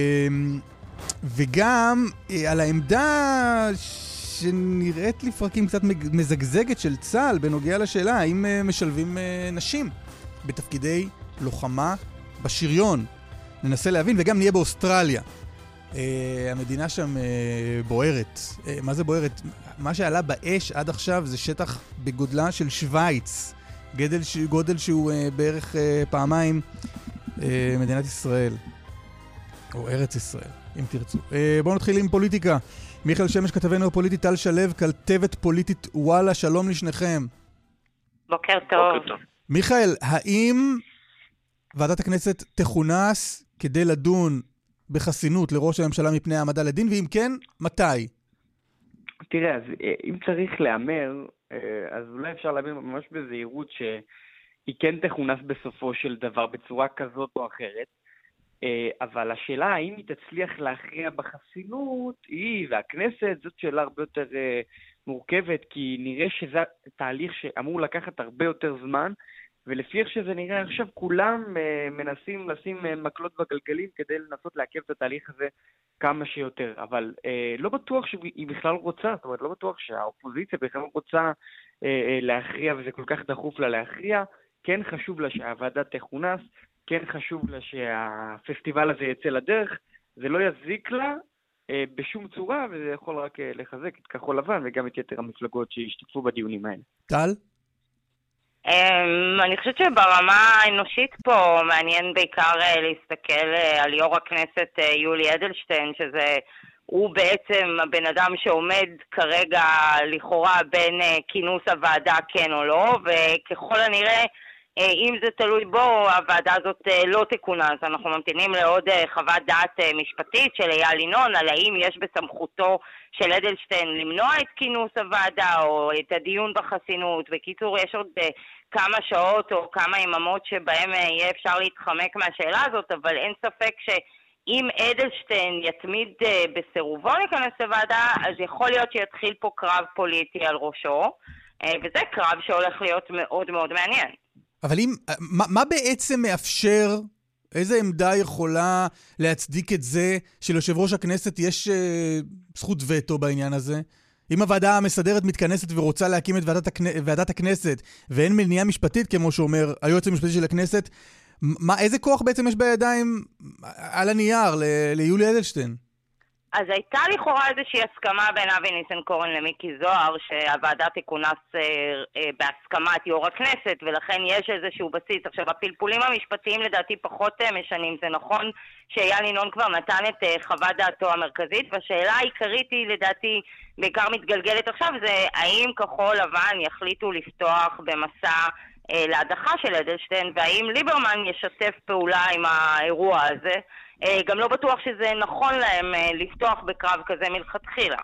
וגם uh, על העמדה שנראית לפרקים קצת מזגזגת של צה"ל בנוגע לשאלה האם uh, משלבים uh, נשים בתפקידי לוחמה בשריון. ננסה להבין, וגם נהיה באוסטרליה. Uh, המדינה שם uh, בוערת. Uh, מה זה בוערת? מה שעלה באש עד עכשיו זה שטח בגודלה של שוויץ. גודל, ש... גודל שהוא uh, בערך uh, פעמיים uh, מדינת ישראל. או ארץ ישראל, אם תרצו. Uh, בואו נתחיל עם פוליטיקה. מיכאל שמש כתבנו הפוליטי, טל שלו, כתבת פוליטית וואלה, שלום לשניכם. בוקר טוב. בוקר טוב. מיכאל, האם ועדת הכנסת תכונס כדי לדון בחסינות לראש הממשלה מפני העמדה לדין, ואם כן, מתי? תראה, אז אם צריך לאמר, אז אולי אפשר להבין ממש בזהירות שהיא כן תכונס בסופו של דבר בצורה כזאת או אחרת, אבל השאלה האם היא תצליח להכריע בחסינות, היא והכנסת, זאת שאלה הרבה יותר מורכבת, כי נראה שזה תהליך שאמור לקחת הרבה יותר זמן, ולפי איך שזה נראה עכשיו, כולם uh, מנסים לשים uh, מקלות בגלגלים כדי לנסות לעכב את התהליך הזה כמה שיותר. אבל uh, לא בטוח שהיא בכלל רוצה, זאת אומרת, לא בטוח שהאופוזיציה בכלל רוצה uh, uh, להכריע, וזה כל כך דחוף לה להכריע. כן חשוב לה שהוועדה תכונס, כן חשוב לה שהפסטיבל הזה יצא לדרך, זה לא יזיק לה uh, בשום צורה, וזה יכול רק uh, לחזק את כחול לבן וגם את יתר המפלגות שהשתתפו בדיונים האלה. טל? Um, אני חושבת שברמה האנושית פה מעניין בעיקר uh, להסתכל uh, על יו"ר הכנסת uh, יולי אדלשטיין, שזה הוא בעצם הבן אדם שעומד כרגע לכאורה בין uh, כינוס הוועדה כן או לא, וככל הנראה uh, אם זה תלוי בו הוועדה הזאת uh, לא תכונס. אנחנו ממתינים לעוד uh, חוות דעת uh, משפטית של אייל ינון על האם יש בסמכותו של אדלשטיין למנוע את כינוס הוועדה או את הדיון בחסינות. בקיצור, יש עוד uh, כמה שעות או כמה יממות שבהם uh, יהיה אפשר להתחמק מהשאלה הזאת, אבל אין ספק שאם אדלשטיין יתמיד uh, בסירובו להיכנס לוועדה, אז יכול להיות שיתחיל פה קרב פוליטי על ראשו, uh, וזה קרב שהולך להיות מאוד מאוד מעניין. אבל אם, מה, מה בעצם מאפשר, איזה עמדה יכולה להצדיק את זה שליושב ראש הכנסת יש uh, זכות וטו בעניין הזה? אם הוועדה המסדרת מתכנסת ורוצה להקים את ועדת, הכ... ועדת הכנסת, ואין מניעה משפטית, כמו שאומר היועץ המשפטי של הכנסת, מה, איזה כוח בעצם יש בידיים על הנייר ל... ליולי אדלשטיין? אז הייתה לכאורה איזושהי הסכמה בין אבי ניסנקורן למיקי זוהר, שהוועדה תכונס אה, אה, בהסכמת יו"ר הכנסת, ולכן יש איזשהו בסיס. עכשיו, הפלפולים המשפטיים לדעתי פחות אה, משנים. זה נכון שאייל ינון כבר נתן את אה, חוות דעתו המרכזית, והשאלה העיקרית היא לדעתי בעיקר מתגלגלת עכשיו, זה האם כחול לבן יחליטו לפתוח במסע אה, להדחה של אדלשטיין, והאם ליברמן ישתף פעולה עם האירוע הזה. אה, גם לא בטוח שזה נכון להם אה, לפתוח בקרב כזה מלכתחילה.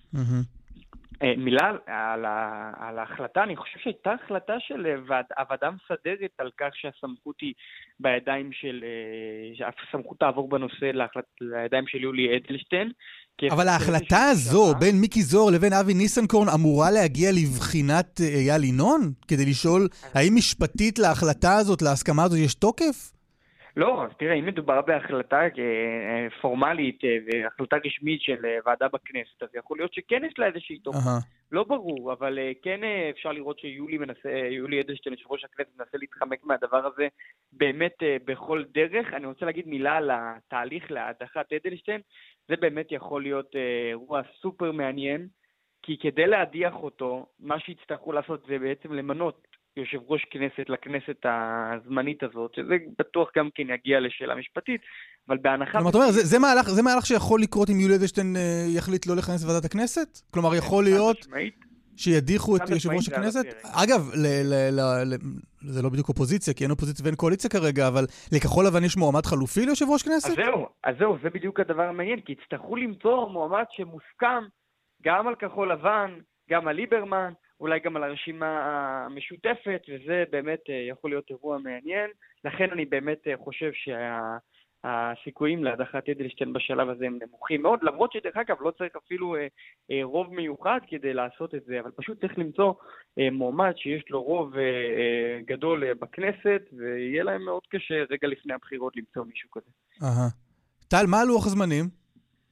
מילה על, ה, על ההחלטה, אני חושב שהייתה החלטה של הוועדה מסדרת על כך שהסמכות היא בידיים של, שהסמכות תעבור בנושא להחלט, לידיים של יולי אדלשטיין. אבל ההחלטה הזו בין מיקי זוהר לבין אבי ניסנקורן אמורה להגיע לבחינת אייל ינון? כדי לשאול האם משפטית להחלטה הזאת, להסכמה הזאת, יש תוקף? לא, אז תראה, אם מדובר בהחלטה פורמלית והחלטה רשמית של ועדה בכנסת, אז יכול להיות שכן יש לה איזושהי תוקף. לא ברור, אבל כן אפשר לראות שיולי מנסה, יולי אדלשטיין, יושב ראש הכנסת, מנסה להתחמק מהדבר הזה באמת בכל דרך. אני רוצה להגיד מילה על התהליך להדחת אדלשטיין. זה באמת יכול להיות אירוע סופר מעניין, כי כדי להדיח אותו, מה שיצטרכו לעשות זה בעצם למנות יושב ראש כנסת לכנסת הזמנית הזאת, שזה בטוח גם כן יגיע לשאלה משפטית, אבל בהנחה... כלומר, אתה אומר, זה, זה מהלך, זה מהלך שיכול לקרות אם יולי אדלשטיין יחליט לא לכנס ועדת הכנסת? כלומר, יכול להיות שידיחו את יושב ראש הכנסת? אגב, ל, ל, ל, ל, זה לא בדיוק אופוזיציה, כי אין אופוזיציה ואין קואליציה כרגע, אבל לכחול לבן יש מועמד חלופי ליושב ראש כנסת? אז זהו, אז זהו, זה בדיוק הדבר המעניין, כי יצטרכו למצוא מועמד שמוסכם גם על כחול לבן, גם על ליברמן, אולי גם על הרשימה המשותפת, וזה באמת יכול להיות אירוע מעניין. לכן אני באמת חושב שהסיכויים להדחת אדלשטיין בשלב הזה הם נמוכים מאוד, למרות שדרך אגב לא צריך אפילו רוב מיוחד כדי לעשות את זה, אבל פשוט צריך למצוא מועמד שיש לו רוב גדול בכנסת, ויהיה להם מאוד קשה רגע לפני הבחירות למצוא מישהו כזה. אהה. טל, מה לוח הזמנים?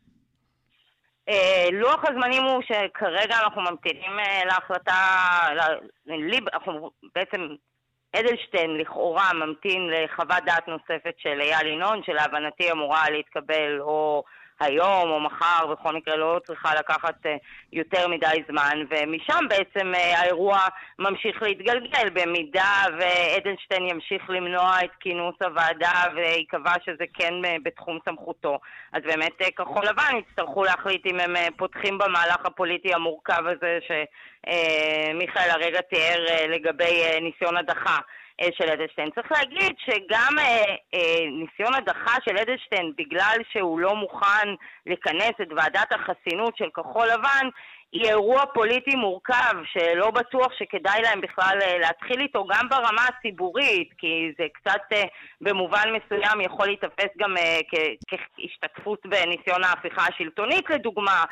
Uh, לוח הזמנים הוא שכרגע אנחנו ממתינים uh, להחלטה, ליב, אנחנו בעצם אדלשטיין לכאורה ממתין לחוות דעת נוספת של אייל ינון, שלהבנתי אמורה להתקבל או היום או מחר, בכל מקרה לא צריכה לקחת uh, יותר מדי זמן, ומשם בעצם uh, האירוע ממשיך להתגלגל, במידה ואדלשטיין ימשיך למנוע את כינוס הוועדה ויקבע שזה כן uh, בתחום סמכותו. אז באמת uh, כחול לבן יצטרכו להחליט אם הם uh, פותחים במהלך הפוליטי המורכב הזה שמיכאל uh, הרגע תיאר uh, לגבי uh, ניסיון הדחה של אדלשטיין. צריך להגיד שגם אה, אה, ניסיון הדחה של אדלשטיין, בגלל שהוא לא מוכן לכנס את ועדת החסינות של כחול לבן, היא אירוע פוליטי מורכב, שלא בטוח שכדאי להם בכלל להתחיל איתו גם ברמה הציבורית, כי זה קצת במובן מסוים יכול להתאפס גם כהשתתפות בניסיון ההפיכה השלטונית, לדוגמה,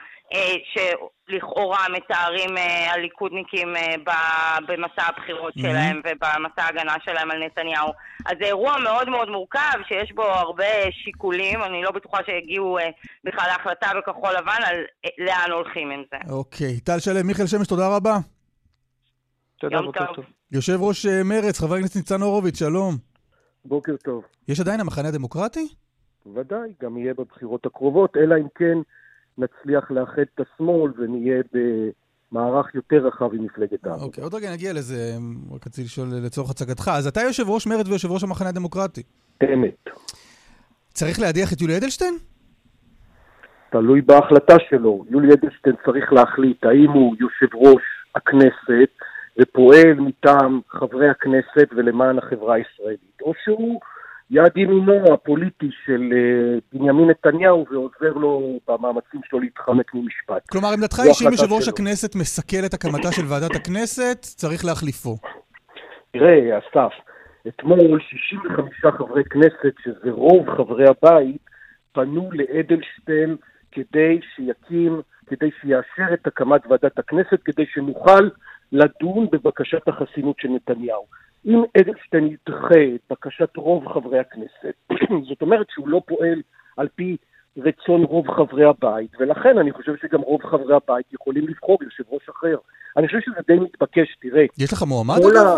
שלכאורה מתארים הליכודניקים במסע הבחירות שלהם ובמסע ההגנה שלהם על נתניהו. אז זה אירוע מאוד מאוד מורכב, שיש בו הרבה שיקולים, אני לא בטוחה שהגיעו בכלל להחלטה בכחול לבן על לאן הולכים עם זה. אוקיי, טל שלם, מיכאל שמש, תודה רבה. תודה, בוקר טוב. יושב ראש מרץ, חבר הכנסת ניצן הורוביץ, שלום. בוקר טוב. יש עדיין המחנה הדמוקרטי? ודאי, גם יהיה בבחירות הקרובות, אלא אם כן נצליח לאחד את השמאל ונהיה במערך יותר רחב עם מפלגת העבודה. אוקיי, עוד רגע נגיע לזה, רק רציתי לשאול לצורך הצגתך. אז אתה יושב ראש מרץ ויושב ראש המחנה הדמוקרטי. אמת. צריך להדיח את יולי אדלשטיין? תלוי בהחלטה שלו. יולי אדלשטיין צריך להחליט האם הוא יושב ראש הכנסת ופועל מטעם חברי הכנסת ולמען החברה הישראלית, או שהוא יד ימינו הפוליטי של בנימין נתניהו ועוזר לו במאמצים שלו להתחמק ממשפט. כלומר, עמדתך היא שאם יושב ראש הכנסת מסכל את הקמתה של ועדת הכנסת, צריך להחליפו. תראה, אסף, אתמול שישים וחמישה חברי כנסת, שזה רוב חברי הבית, פנו לאדלשטיין כדי שיקים, כדי שיאשר את הקמת ועדת הכנסת, כדי שנוכל לדון בבקשת החסינות של נתניהו. אם אדלשטיין ידחה את בקשת רוב חברי הכנסת, זאת אומרת שהוא לא פועל על פי רצון רוב חברי הבית, ולכן אני חושב שגם רוב חברי הבית יכולים לבחור יושב ראש אחר. אני חושב שזה די מתבקש, תראה. יש לך מועמד אגב?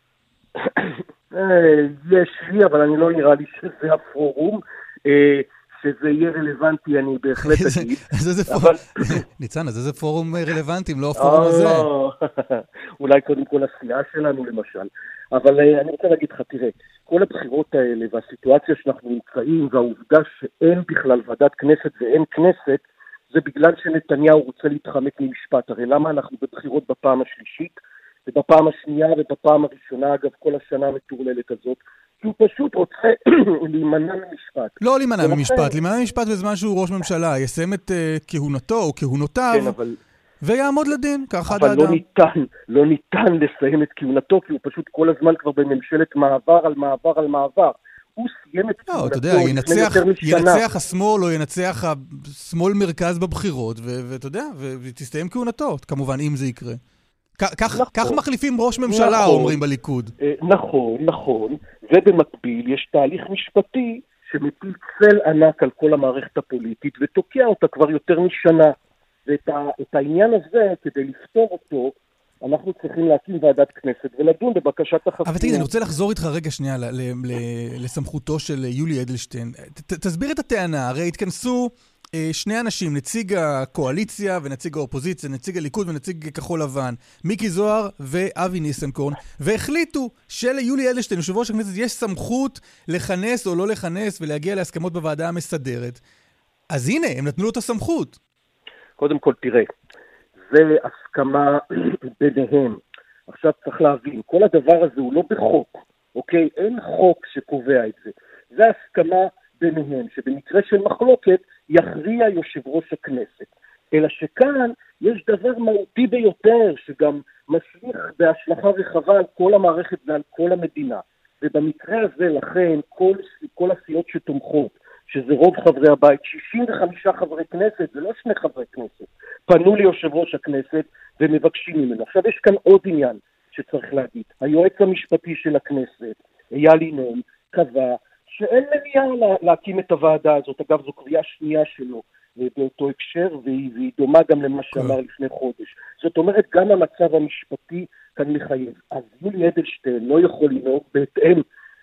יש לי, אבל אני לא נראה לי שזה הפורום. שזה יהיה רלוונטי, אני בהחלט אגיד. ניצן, אז איזה פורום רלוונטי, אם לא הפורום הזה? אולי קודם כל הסיעה שלנו למשל. אבל אני רוצה להגיד לך, תראה, כל הבחירות האלה והסיטואציה שאנחנו נמצאים, והעובדה שאין בכלל ועדת כנסת ואין כנסת, זה בגלל שנתניהו רוצה להתחמק ממשפט. הרי למה אנחנו בבחירות בפעם השלישית, ובפעם השנייה ובפעם הראשונה, אגב, כל השנה המטורללת הזאת, כי הוא פשוט רוצה להימנע ממשפט. לא להימנע ממשפט, להימנע ממשפט בזמן שהוא ראש ממשלה, יסיים את כהונתו או כהונותיו, כן, אבל... ויעמוד לדין, ככה אבל לא ניתן, לא ניתן לסיים את כהונתו, כי הוא פשוט כל הזמן כבר בממשלת מעבר על מעבר על מעבר. הוא סיים את כהונתו. לא, אתה יודע, ינצח השמאל או ינצח השמאל מרכז בבחירות, ואתה יודע, ותסתיים כהונתו, כמובן, אם זה יקרה. כך מחליפים ראש ממשלה, אומרים בליכוד. נכון, נכון, ובמקביל יש תהליך משפטי שמטיל צל ענק על כל המערכת הפוליטית, ותוקע אותה כבר יותר משנה. ואת העניין הזה, כדי לפתור אותו, אנחנו צריכים להקים ועדת כנסת ולדון בבקשת החסינות. אבל תגיד, אני רוצה לחזור איתך רגע שנייה לסמכותו של יולי אדלשטיין. תסביר את הטענה, הרי התכנסו שני אנשים, נציג הקואליציה ונציג האופוזיציה, נציג הליכוד ונציג כחול לבן, מיקי זוהר ואבי ניסנקורן, והחליטו שליולי אדלשטיין, יושב ראש הכנסת, יש סמכות לכנס או לא לכנס ולהגיע להסכמות בוועדה המסדרת. אז הנה, הם נתנו לו את הסמכות. קודם כל, תראה, זה הסכמה ביניהם. עכשיו צריך להבין, כל הדבר הזה הוא לא בחוק, אוקיי? אין חוק שקובע את זה. זה הסכמה ביניהם, שבמקרה של מחלוקת יכריע יושב ראש הכנסת. אלא שכאן יש דבר מהותי ביותר, שגם משליך בהשלכה רחבה על כל המערכת ועל כל המדינה. ובמקרה הזה, לכן, כל, כל הסיעות שתומכות, שזה רוב חברי הבית, שישים וחמישה חברי כנסת, זה לא שני חברי כנסת, פנו ליושב ראש הכנסת ומבקשים ממנו. עכשיו יש כאן עוד עניין שצריך להגיד. היועץ המשפטי של הכנסת, אייל ינון, קבע שאין מניעה להקים את הוועדה הזאת. אגב, זו קריאה שנייה שלו באותו הקשר, והיא, והיא דומה גם למה שאמר לפני חודש. זאת אומרת, גם המצב המשפטי כאן מחייב. אז יולי אדלשטיין לא יכול לנהוג בהתאם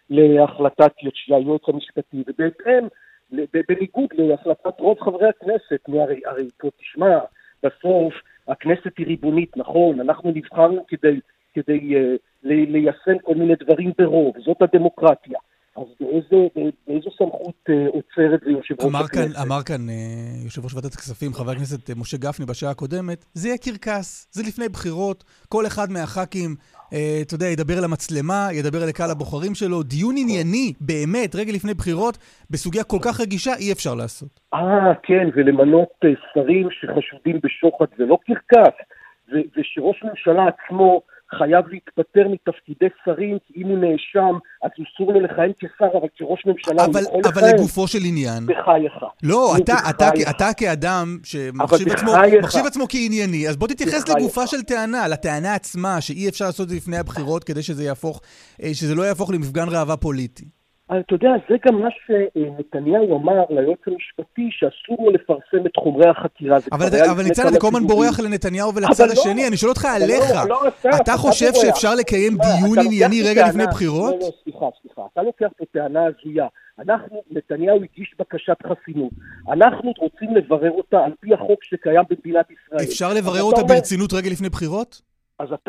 להחלטת היועץ המשפטי, ובהתאם בניגוד להחלטת רוב חברי הכנסת. הרי, הרי פה תשמע, בסוף הכנסת היא ריבונית, נכון, אנחנו נבחרנו כדי, כדי uh, ליישם כל מיני דברים ברוב, זאת הדמוקרטיה. אז באיזו, באיזו סמכות uh, עוצרת ויושב ראש אמר הכנסת? כאן, אמר כאן uh, יושב ראש ועדת הכספים, חבר הכנסת uh, משה גפני בשעה הקודמת, זה יהיה קרקס, זה לפני בחירות, כל אחד מהח"כים, uh, אתה יודע, ידבר למצלמה, ידבר לקהל הבוחרים שלו, דיון ענייני, באמת, רגע לפני בחירות, בסוגיה כל כך רגישה, אי אפשר לעשות. אה, כן, ולמנות uh, שרים שחשודים בשוחד, זה לא קרקס, ו- ושראש ממשלה עצמו חייב להתפטר מתפקידי שרים, כי אם הוא נאשם, אז אסור לו לכהן כשר, אבל כראש ממשלה אבל, הוא יכול אבל לכהן. אבל לגופו של עניין. בחייך. לא, אתה, אתה, אתה כאדם שמחשיב עצמו, מחשיב עצמו כענייני, אז בוא תתייחס בחייך. לגופה של טענה, לטענה עצמה, שאי אפשר לעשות את זה לפני הבחירות, כדי שזה יהפוך, שזה לא יהפוך למפגן ראווה פוליטי. אתה יודע, זה גם מה שנתניהו אמר ליועץ המשפטי, שאסור לו לפרסם את חומרי החקירה. אבל, אבל ניצן, אתה כל הזמן בורח לנתניהו ולצד השני, לא, אני שואל אותך עליך. לא, לא, אתה, אתה חושב אתה שאפשר לקיים לא, דיון ענייני רגע לפני בחירות? לא, לא, סליחה, סליחה. אתה לוקח פה טענה הזויה. אנחנו, נתניהו הגיש בקשת חסינות. אנחנו רוצים לברר אותה על פי החוק שקיים במדינת ישראל. אפשר לברר אותה אומר... ברצינות רגע לפני בחירות? אז אתה...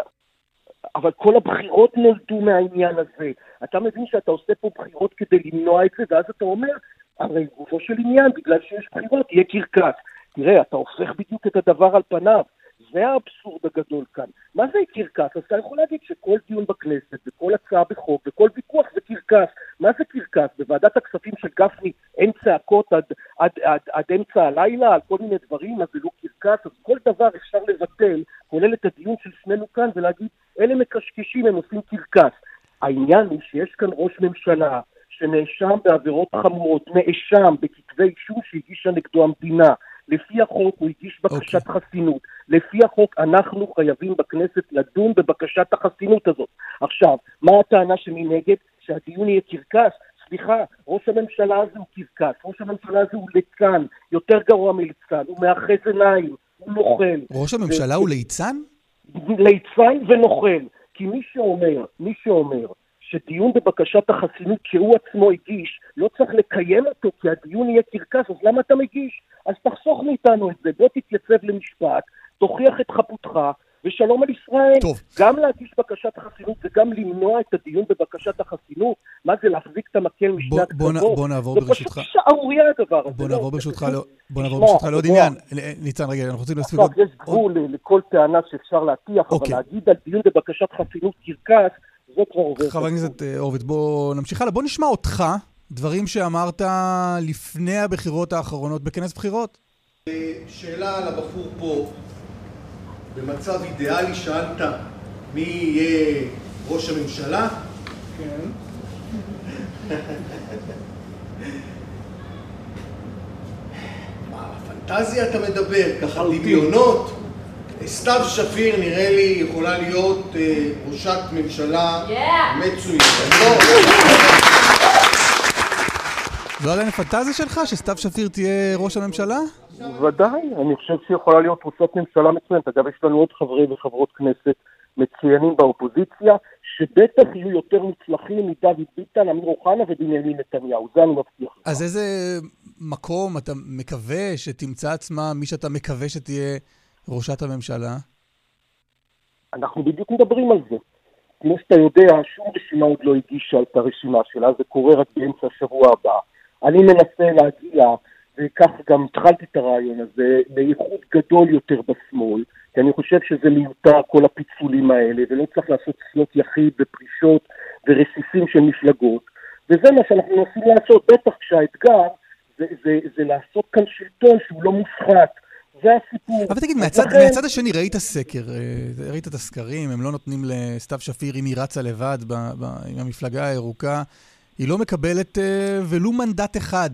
אבל כל הבחירות נולדו מהעניין הזה. אתה מבין שאתה עושה פה בחירות כדי למנוע את זה, ואז אתה אומר, הרי גופו של עניין, בגלל שיש בחירות, יהיה קרקס. תראה, אתה הופך בדיוק את הדבר על פניו. זה האבסורד הגדול כאן. מה זה קרקס? אז אתה יכול להגיד שכל דיון בכנסת, וכל הצעה בחוק, וכל ויכוח זה קרקס. מה זה קרקס? בוועדת הכספים של גפני אין צעקות עד, עד, עד, עד אמצע הלילה, על כל מיני דברים, אז זה לא קרקס. אז כל דבר אפשר לבטל, כולל את הדיון של שנינו כאן, ולהגיד, אלה מקשקשים, הם עושים קרקס. העניין הוא שיש כאן ראש ממשלה שנאשם בעבירות חמורות, נאשם בכתבי אישום שהגישה נגדו המדינה. לפי החוק הוא הגיש בקשת okay. חסינות. לפי החוק אנחנו חייבים בכנסת לדון בבקשת החסינות הזאת. עכשיו, מה הטענה שמנגד? שהדיון יהיה קרקס? סליחה, ראש הממשלה הזה הוא קרקס. ראש הממשלה הזה הוא ליצן, יותר גרוע מליצן. הוא מאחז עיניים, הוא נוכל. ראש הממשלה ו... הוא ליצן? ליצן ונוכל. כי מי שאומר, מי שאומר, שדיון בבקשת החסינות שהוא עצמו הגיש, לא צריך לקיים אותו, כי הדיון יהיה קרקס, אז למה אתה מגיש? אז תחסוך מאיתנו את זה, בוא תתייצב למשפט, תוכיח את חפותך, ושלום על ישראל. טוב. גם להגיש בקשת חסינות וגם למנוע את הדיון בבקשת החסינות, מה זה להחזיק את המקל משני הקצוות? בוא נעבור ברשותך. זה פשוט שערוריה הדבר הזה. בוא נעבור ברשותך לעוד עניין. ניצן, רגע, אנחנו רוצים להספיק עוד... יש גבול לכל טענה שאפשר להטיח, אבל להגיד על דיון בבקשת חסינות קרקס, זה כבר עובר. חבר הכנסת הורוביץ, בוא נמשיך הלאה. בוא נשמע אותך, דברים שאמרת לפני הבחירות האחרונות בכנס בחירות. שאלה על הבחור פה, במצב אידיאלי שאלת מי יהיה ראש הממשלה? כן. מה, פנטזיה אתה מדבר? ככה דמיונות? סתיו שפיר נראה לי יכולה להיות ראשת ממשלה מצוינת. זו עדיין הפנטזיה שלך שסתיו שפיר תהיה ראש הממשלה? ודאי, אני חושב שיכולה להיות ראשת ממשלה מצוינת. אגב, יש לנו עוד חברי וחברות כנסת מצוינים באופוזיציה, שבטח יהיו יותר מוצלחים מדוד ביטן, אמיר אוחנה ובנימין נתניהו. זה אני מבטיח. אז איזה מקום אתה מקווה שתמצא עצמה, מי שאתה מקווה שתהיה ראשת הממשלה? אנחנו בדיוק מדברים על זה. כמו שאתה יודע, שום רשימה עוד לא הגישה את הרשימה שלה, זה קורה רק באמצע השבוע הבא. אני מנסה להגיע, וכך גם התחלתי את הרעיון הזה, לייחוד גדול יותר בשמאל, כי אני חושב שזה מיותר כל הפיצולים האלה, ולא צריך לעשות צלות יחיד ופרישות ורסיסים של מפלגות, וזה מה שאנחנו מנסים לעשות, בטח כשהאתגר זה, זה, זה לעשות כאן שלטון שהוא לא מושחת, זה הסיפור. אבל תגיד, מהצד, לכן... מהצד השני ראית סקר, ראית את הסקרים, הם לא נותנים לסתיו שפיר, אם היא רצה לבד ב, ב, עם המפלגה הירוקה, היא לא מקבלת ולו מנדט אחד.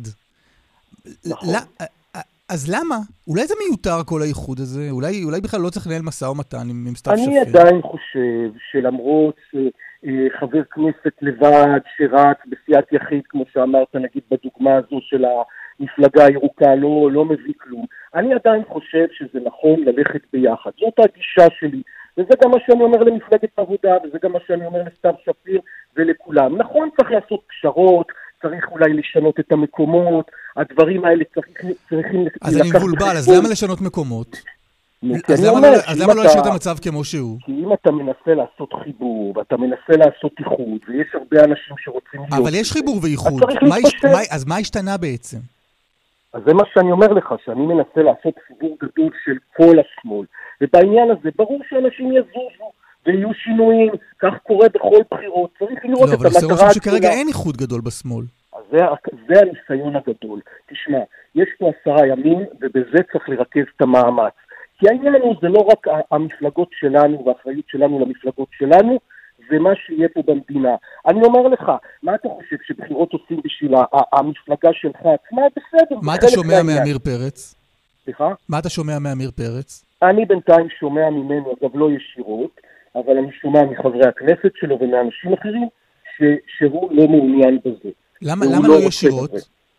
נכון. לא, אז למה? אולי זה מיותר כל האיחוד הזה? אולי, אולי בכלל לא צריך לנהל משא ומתן עם, עם סתיו שפיר? אני עדיין חושב שלמרות חבר כנסת לבד שרץ בסיעת יחיד, כמו שאמרת, נגיד בדוגמה הזו של המפלגה הירוקה, לא, לא מביא כלום. אני עדיין חושב שזה נכון ללכת ביחד. זאת הגישה שלי, וזה גם מה שאני אומר למפלגת העבודה, וזה גם מה שאני אומר לסתיו שפיר ולכולם. נכון, צריך לעשות פשרות, צריך אולי לשנות את המקומות, הדברים האלה צריכים... צריכים אז אני מבולבל, אז למה לשנות מקומות? אז למה, אומר, אז למה לא להשאיר את המצב כמו שהוא? כי אם אתה מנסה לעשות חיבור, ואתה מנסה לעשות איחוד, ויש הרבה אנשים שרוצים להיות... אבל יש חיבור ואיחוד. אז מה השתנה בעצם? אז זה מה שאני אומר לך, שאני מנסה לעשות חיבור גדול של כל השמאל. ובעניין הזה, ברור שאנשים יזוזו, ויהיו שינויים, כך קורה בכל בחירות. צריך לראות את המטרה... לא, אבל עושה רושם שכרגע אין איחוד גדול בשמאל. אז זה, זה הניסיון הגדול. תשמע, יש פה עשרה ימים, ובזה צריך לרכז את המאמץ. כי העניין הוא זה לא רק המפלגות שלנו והאחריות שלנו למפלגות שלנו, זה מה שיהיה פה במדינה. אני אומר לך, מה אתה חושב שבחירות עושים בשביל המפלגה שלך עצמה? בסדר. מה אתה שומע מאמיר פרץ? סליחה? מה אתה שומע מאמיר פרץ? אני בינתיים שומע ממנו, אגב לא ישירות, אבל אני שומע מחברי הכנסת שלו ומאנשים אחרים, שהוא לא מעוניין בזה. למה, למה לא ישירות?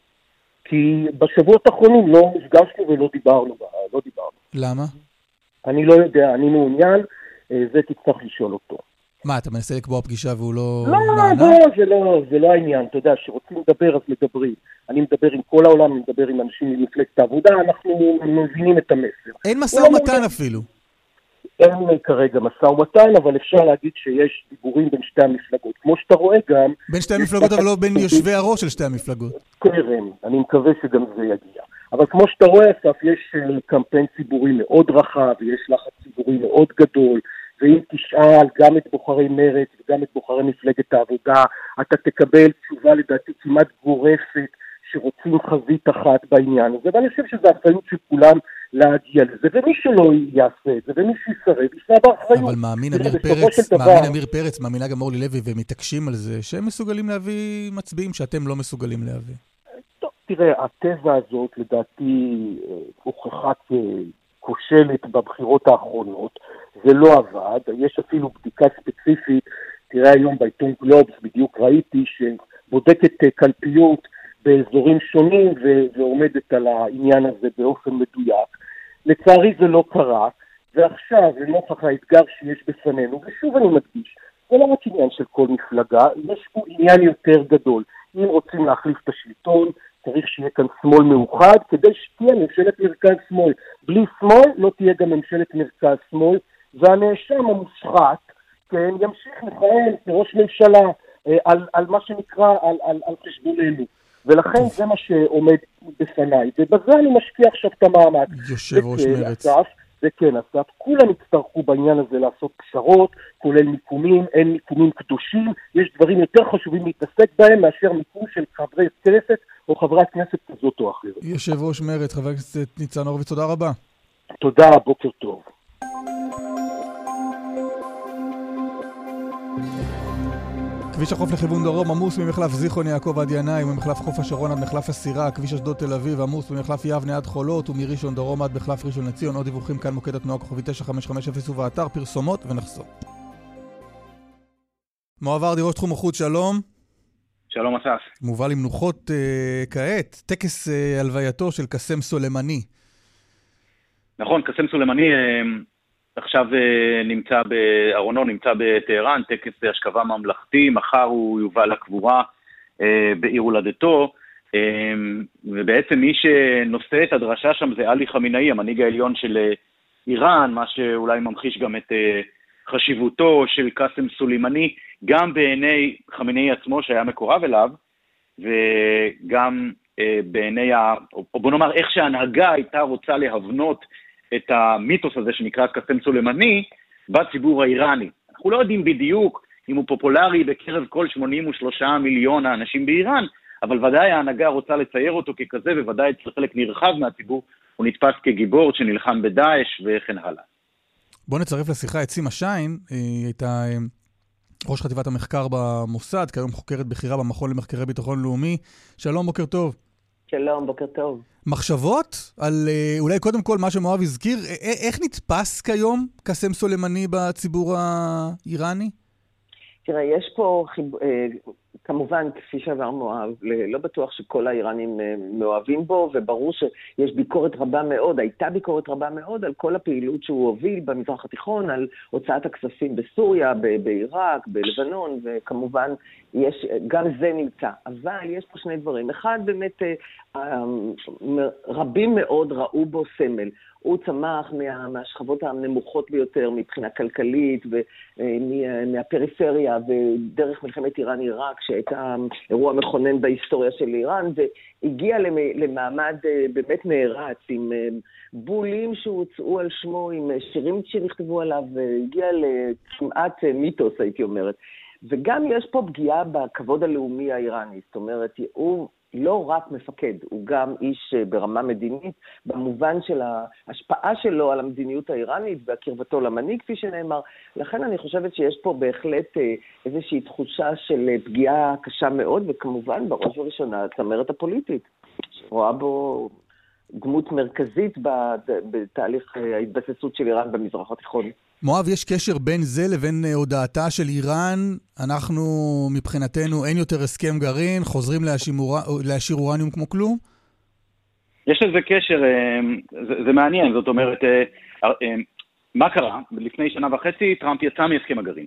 כי בשבועות האחרונים לא נפגשנו ולא דיברנו, לא דיברנו. למה? אני לא יודע, אני מעוניין, זה תצטרך לשאול אותו. מה, אתה מנסה לקבוע פגישה והוא לא... לא, לא, זה לא, זה לא העניין, אתה יודע, שרוצים לדבר אז מדברים. אני מדבר עם כל העולם, אני מדבר עם אנשים ממפלגת העבודה, אנחנו מבינים את המסר. אין משא ומתן אפילו. אין כרגע משא ומתן, אבל אפשר להגיד שיש דיבורים בין שתי המפלגות. כמו שאתה רואה גם... בין שתי המפלגות, אבל לא בין יושבי הראש של שתי המפלגות. קרן, אני מקווה שגם זה יגיע. אבל כמו שאתה רואה, אסף, יש קמפיין ציבורי מאוד רחב, ויש לחץ ציבורי מאוד גדול, ואם תשאל גם את בוחרי מרצ וגם את בוחרי מפלגת העבודה, אתה תקבל תשובה לדעתי כמעט גורפת, שרוצים חזית אחת בעניין הזה, ואני חושב שזה האחריות של כולם להגיע לזה, ומי שלא יעשה את זה, ומי שיסרב, יישא באחריות. אבל מאמין אמיר פרץ, מאמין אמיר פרץ, מאמינה גם אורלי לוי, ומתעקשים על זה, שהם מסוגלים להביא מצביעים שאתם לא מסוגלים להביא. טוב, תראה, התזה הזאת לדעתי הוכחה ככושלת בבחירות האחרונות, זה לא עבד, יש אפילו בדיקה ספציפית, תראה היום בעיתון גלובס, בדיוק ראיתי, שבודקת קלפיות, באזורים שונים ו- ועומדת על העניין הזה באופן מדויק. לצערי זה לא קרה, ועכשיו, לנוכח האתגר שיש בפנינו, ושוב אני מדגיש, זה לא רק עניין של כל מפלגה, יש פה עניין יותר גדול. אם רוצים להחליף את השלטון, צריך שיהיה כאן שמאל מאוחד, כדי שתהיה ממשלת מרכז שמאל. בלי שמאל לא תהיה גם ממשלת מרכז שמאל, והנאשם המושחת, כן, ימשיך לכהן כראש ממשלה על, על מה שנקרא, על, על, על חשבוננו. ולכן זה מה שעומד בפניי. ובזה אני משקיע עכשיו את המאמץ. יושב ראש מרץ. וכן, אסף, כולם יצטרכו בעניין הזה לעשות פשרות, כולל מיקומים, אין מיקומים קדושים, יש דברים יותר חשובים להתעסק בהם מאשר מיקום של חברי כנסת או חברת כנסת כזאת או אחרת. יושב ראש מרץ, חבר הכנסת ניצן הורוביץ, תודה רבה. תודה, בוקר טוב. כביש החוף לכיוון דרום עמוס ממחלף זיכרון יעקב עד ינאי וממחלף חוף השרון עד מחלף הסירה, כביש אשדוד תל אביב עמוס ממחלף יבנה עד חולות ומראשון דרום עד מחלף ראשון לציון. עוד דיווחים כאן מוקד התנועה כוכבי תשע חמש חמש אפס ובאתר פרסומות ונחזור. מואב ורדי, ראש תחום החוץ, שלום. שלום אסף. מובא למנוחות uh, כעת, טקס uh, הלווייתו של קסם סולימני. נכון, קסם סולימני uh... עכשיו נמצא בארונו, נמצא בטהרן, טקס השכבה ממלכתי, מחר הוא יובא לקבורה בעיר הולדתו, ובעצם מי שנושא את הדרשה שם זה עלי חמינאי, המנהיג העליון של איראן, מה שאולי ממחיש גם את חשיבותו של קסם סולימני, גם בעיני חמינאי עצמו שהיה מקורב אליו, וגם בעיני, או בוא נאמר, איך שההנהגה הייתה רוצה להבנות את המיתוס הזה שנקרא קסם סולימני בציבור האיראני. אנחנו לא יודעים בדיוק אם הוא פופולרי בקרב כל שמונים ושלושה מיליון האנשים באיראן, אבל ודאי ההנהגה רוצה לצייר אותו ככזה, וודאי אצל חלק נרחב מהציבור הוא נתפס כגיבור שנלחם בדאעש וכן הלאה. בוא נצרף לשיחה את סימה שיין, היא הייתה ראש חטיבת המחקר במוסד, כיום חוקרת בכירה במכון למחקרי ביטחון לאומי. שלום, בוקר טוב. שלום, בוקר טוב. מחשבות על אולי קודם כל מה שמואב הזכיר, איך נתפס כיום קסם סולימני בציבור האיראני? תראה, יש פה, כמובן, כפי שאמר מואב, לא בטוח שכל האיראנים מאוהבים בו, וברור שיש ביקורת רבה מאוד, הייתה ביקורת רבה מאוד על כל הפעילות שהוא הוביל במזרח התיכון, על הוצאת הכספים בסוריה, בעיראק, בלבנון, וכמובן יש, גם זה נמצא. אבל יש פה שני דברים. אחד, באמת, רבים מאוד ראו בו סמל. הוא צמח מה, מהשכבות הנמוכות ביותר מבחינה כלכלית ומהפריפריה ודרך מלחמת איראן-עיראק שהייתה אירוע מכונן בהיסטוריה של איראן, והגיע למעמד באמת נערץ עם בולים שהוצאו על שמו, עם שירים שנכתבו עליו, והגיע לכמעט מיתוס הייתי אומרת. וגם יש פה פגיעה בכבוד הלאומי האיראני, זאת אומרת הוא לא רק מפקד, הוא גם איש ברמה מדינית, במובן של ההשפעה שלו על המדיניות האיראנית והקרבתו למנהיג, כפי שנאמר. לכן אני חושבת שיש פה בהחלט איזושהי תחושה של פגיעה קשה מאוד, וכמובן בראש ובראשונה הצמרת הפוליטית, שרואה בו דמות מרכזית בתהליך ההתבססות של איראן במזרח התיכון. מואב, יש קשר בין זה לבין הודעתה של איראן, אנחנו מבחינתנו אין יותר הסכם גרעין, חוזרים להשאיר אורניום כמו כלום? יש לזה קשר, זה, זה מעניין, זאת אומרת, מה קרה? לפני שנה וחצי טראמפ יצא מהסכם הגרעין.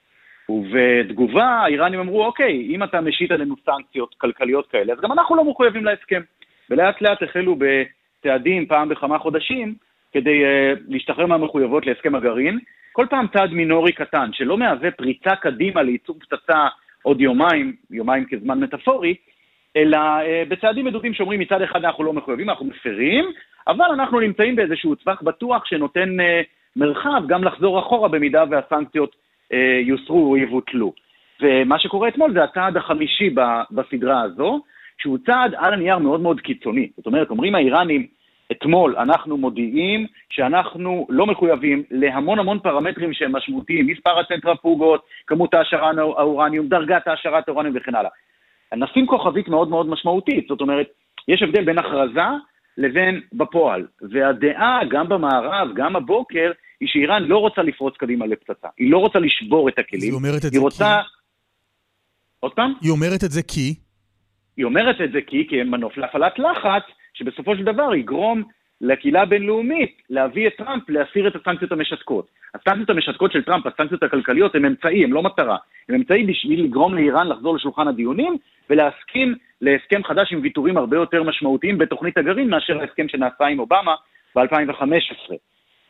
ובתגובה האיראנים אמרו, אוקיי, אם אתה משית עלינו סנקציות כלכליות כאלה, אז גם אנחנו לא מחויבים להסכם. ולאט לאט החלו בצעדים פעם בכמה חודשים, כדי uh, להשתחרר מהמחויבות להסכם הגרעין, כל פעם צעד מינורי קטן, שלא מהווה פריצה קדימה לייצור פצצה עוד יומיים, יומיים כזמן מטאפורי, אלא uh, בצעדים מדודים שאומרים מצד אחד אנחנו לא מחויבים, אנחנו מפרים, אבל אנחנו נמצאים באיזשהו טווח בטוח שנותן uh, מרחב גם לחזור אחורה במידה והסנקציות uh, יוסרו או יבוטלו. ומה שקורה אתמול זה הצעד החמישי בסדרה הזו, שהוא צעד על הנייר מאוד מאוד קיצוני. זאת אומרת, אומרים האיראנים, אתמול אנחנו מודיעים שאנחנו לא מחויבים להמון המון פרמטרים שהם משמעותיים, מספר הצנטרפוגות, כמות העשרת האורניום, דרגת העשרת האורניום וכן הלאה. נשים כוכבית מאוד מאוד משמעותית, זאת אומרת, יש הבדל בין הכרזה לבין בפועל, והדעה גם במערב, גם הבוקר, היא שאיראן לא רוצה לפרוץ קדימה לפצצה, היא לא רוצה לשבור את הכלים, היא אומרת את היא זה רוצה... כי... עוד פעם? היא אומרת את זה כי? היא אומרת את זה כי, כי הם מנוף להפעלת לחץ, שבסופו של דבר יגרום לקהילה הבינלאומית להביא את טראמפ להסיר את הסנקציות המשתקות. הסנקציות המשתקות של טראמפ, הסנקציות הכלכליות, הם אמצעי, הם לא מטרה. הם אמצעי בשביל לגרום לאיראן לחזור לשולחן הדיונים, ולהסכים להסכם חדש עם ויתורים הרבה יותר משמעותיים בתוכנית הגרעין, מאשר ההסכם שנעשה עם אובמה ב-אלפיים וחמש עשרה.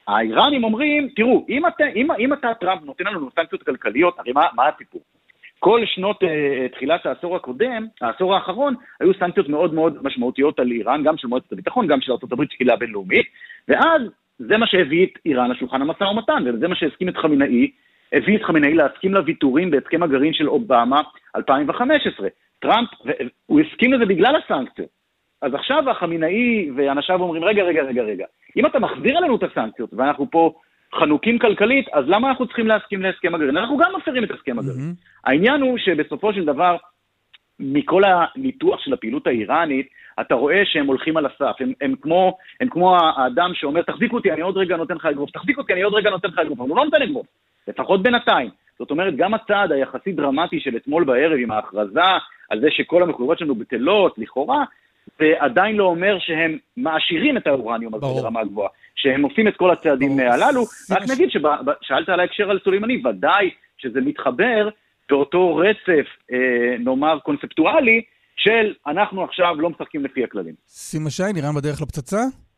האיראנים אומרים, תראו, אם אתה, אם, אם אתה טראמפ נותן לנו סנקציות כלכליות, הרי מה, מה הסיפור? כל שנות uh, תחילת העשור הקודם, העשור האחרון, היו סנקציות מאוד מאוד משמעותיות על איראן, גם של מועצת הביטחון, גם של ארצות הברית, שקהילה בינלאומית, ואז זה מה שהביא את איראן לשולחן המשא ומתן, וזה מה שהסכים את חמינאי, הביא את חמינאי להסכים לוויתורים בהסכם הגרעין של אובמה אלפיים וחמש עשרה. טראמפ, הוא הסכים לזה בגלל הסנקציות. אז עכשיו החמינאי ואנשיו אומרים, רגע, רגע, רגע, רגע. אם אתה מחזיר עלינו את הסנקציות, ואנחנו פה חנוקים כלכלית, אז למה אנחנו צריכים להסכים להסכם הגרעין? אנחנו גם מפרים את הסכם הגרעין. Mm-hmm. העניין הוא שבסופו של דבר, מכל הניתוח של הפעילות האיראנית, אתה רואה שהם הולכים על הסף. הם, הם, כמו, הם כמו האדם שאומר, תחזיק אותי, אני עוד רגע נותן לך אגרוף, תחזיק אותי, אני עוד רגע נותן לך אגרוף, אבל הוא לא נותן אגרוף, לפחות בינתיים. זאת אומרת, גם הצעד היחסי דרמטי של אתמול בערב עם ההכרזה על זה שכל המחויבויות שלנו בטלות, לכאורה, זה עדיין לא אומר שהם מעשירים את האורניום הזה ברמה גבוהה, שהם עושים את כל הצעדים הללו. רק נגיד ששאלת על ההקשר על סולימני, ודאי שזה מתחבר באותו רצף, נאמר, קונספטואלי, של אנחנו עכשיו לא משחקים לפי הכללים. סימה שיין, איראן בדרך לפצצה?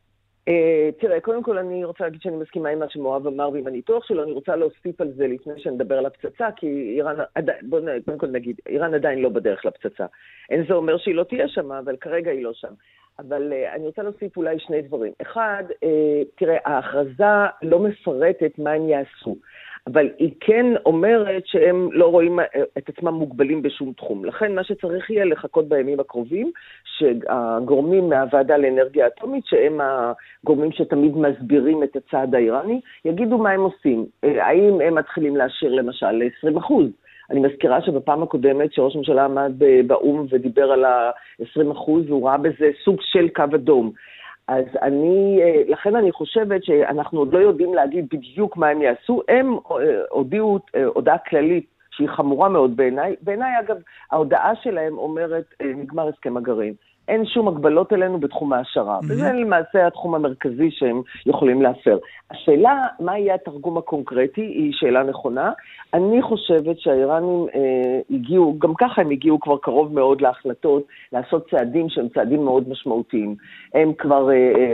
תראה, קודם כל אני רוצה להגיד שאני מסכימה עם מה שמואב אמר ועם הניתוח שלו, אני רוצה להוסיף על זה לפני שנדבר על הפצצה, כי איראן, בוא קודם כל נגיד, איראן עדיין לא בדרך לפצצה. אין זה אומר שהיא לא תהיה שם, אבל כרגע היא לא שם. אבל אני רוצה להוסיף אולי שני דברים. אחד, תראה, ההכרזה לא מפרטת מה הם יעשו, אבל היא כן אומרת שהם לא רואים את עצמם מוגבלים בשום תחום. לכן מה שצריך יהיה לחכות בימים הקרובים, שהגורמים מהוועדה לאנרגיה אטומית, שהם הגורמים שתמיד מסבירים את הצעד האיראני, יגידו מה הם עושים. האם הם מתחילים להשאיר למשל עשרים אחוז? אני מזכירה שבפעם הקודמת שראש הממשלה עמד באום ודיבר על ה-עשרים אחוז, הוא ראה בזה סוג של קו אדום. אז אני, לכן אני חושבת שאנחנו עוד לא יודעים להגיד בדיוק מה הם יעשו. הם הודיעו הודעה כללית שהיא חמורה מאוד בעיניי. בעיניי, אגב, ההודעה שלהם אומרת, נגמר הסכם הגרעין. אין שום הגבלות אלינו בתחום ההשערה. Mm-hmm. וזה למעשה התחום המרכזי שהם יכולים להפר. השאלה, מה יהיה התרגום הקונקרטי, היא שאלה נכונה. אני חושבת שהאיראנים אה, הגיעו, גם ככה הם הגיעו כבר קרוב מאוד להחלטות, לעשות צעדים שהם צעדים מאוד משמעותיים. הם כבר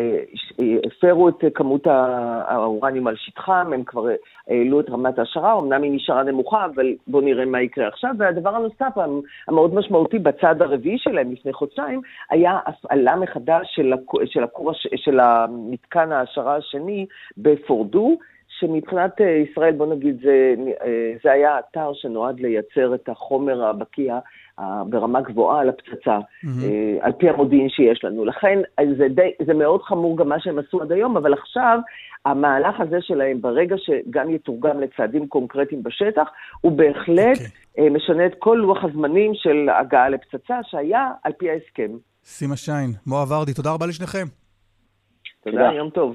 הפרו אה, אה, את כמות האורניום על שטחם, הם כבר העלו אה, את רמת ההשערה, אמנם היא נשארה נמוכה, אבל בואו נראה מה יקרה עכשיו. והדבר הנוסף המאוד משמעותי בצד הרביעי שלהם לפני חודשיים, היה הפעלה מחדש של, של, הקור, של המתקן ההשערה השני בפורדו, שמבחינת ישראל, בוא נגיד, זה, זה היה אתר שנועד לייצר את החומר הבקיע ברמה גבוהה על הפצצה, mm-hmm. על פי המודיעין שיש לנו. לכן זה, די, זה מאוד חמור גם מה שהם עשו עד היום, אבל עכשיו המהלך הזה שלהם, ברגע שגם יתורגם לצעדים קונקרטיים בשטח, הוא בהחלט okay. משנה את כל לוח הזמנים של הגעה לפצצה שהיה על פי ההסכם. סימה שיין, מואב ורדי, תודה רבה לשניכם. תודה, יום טוב.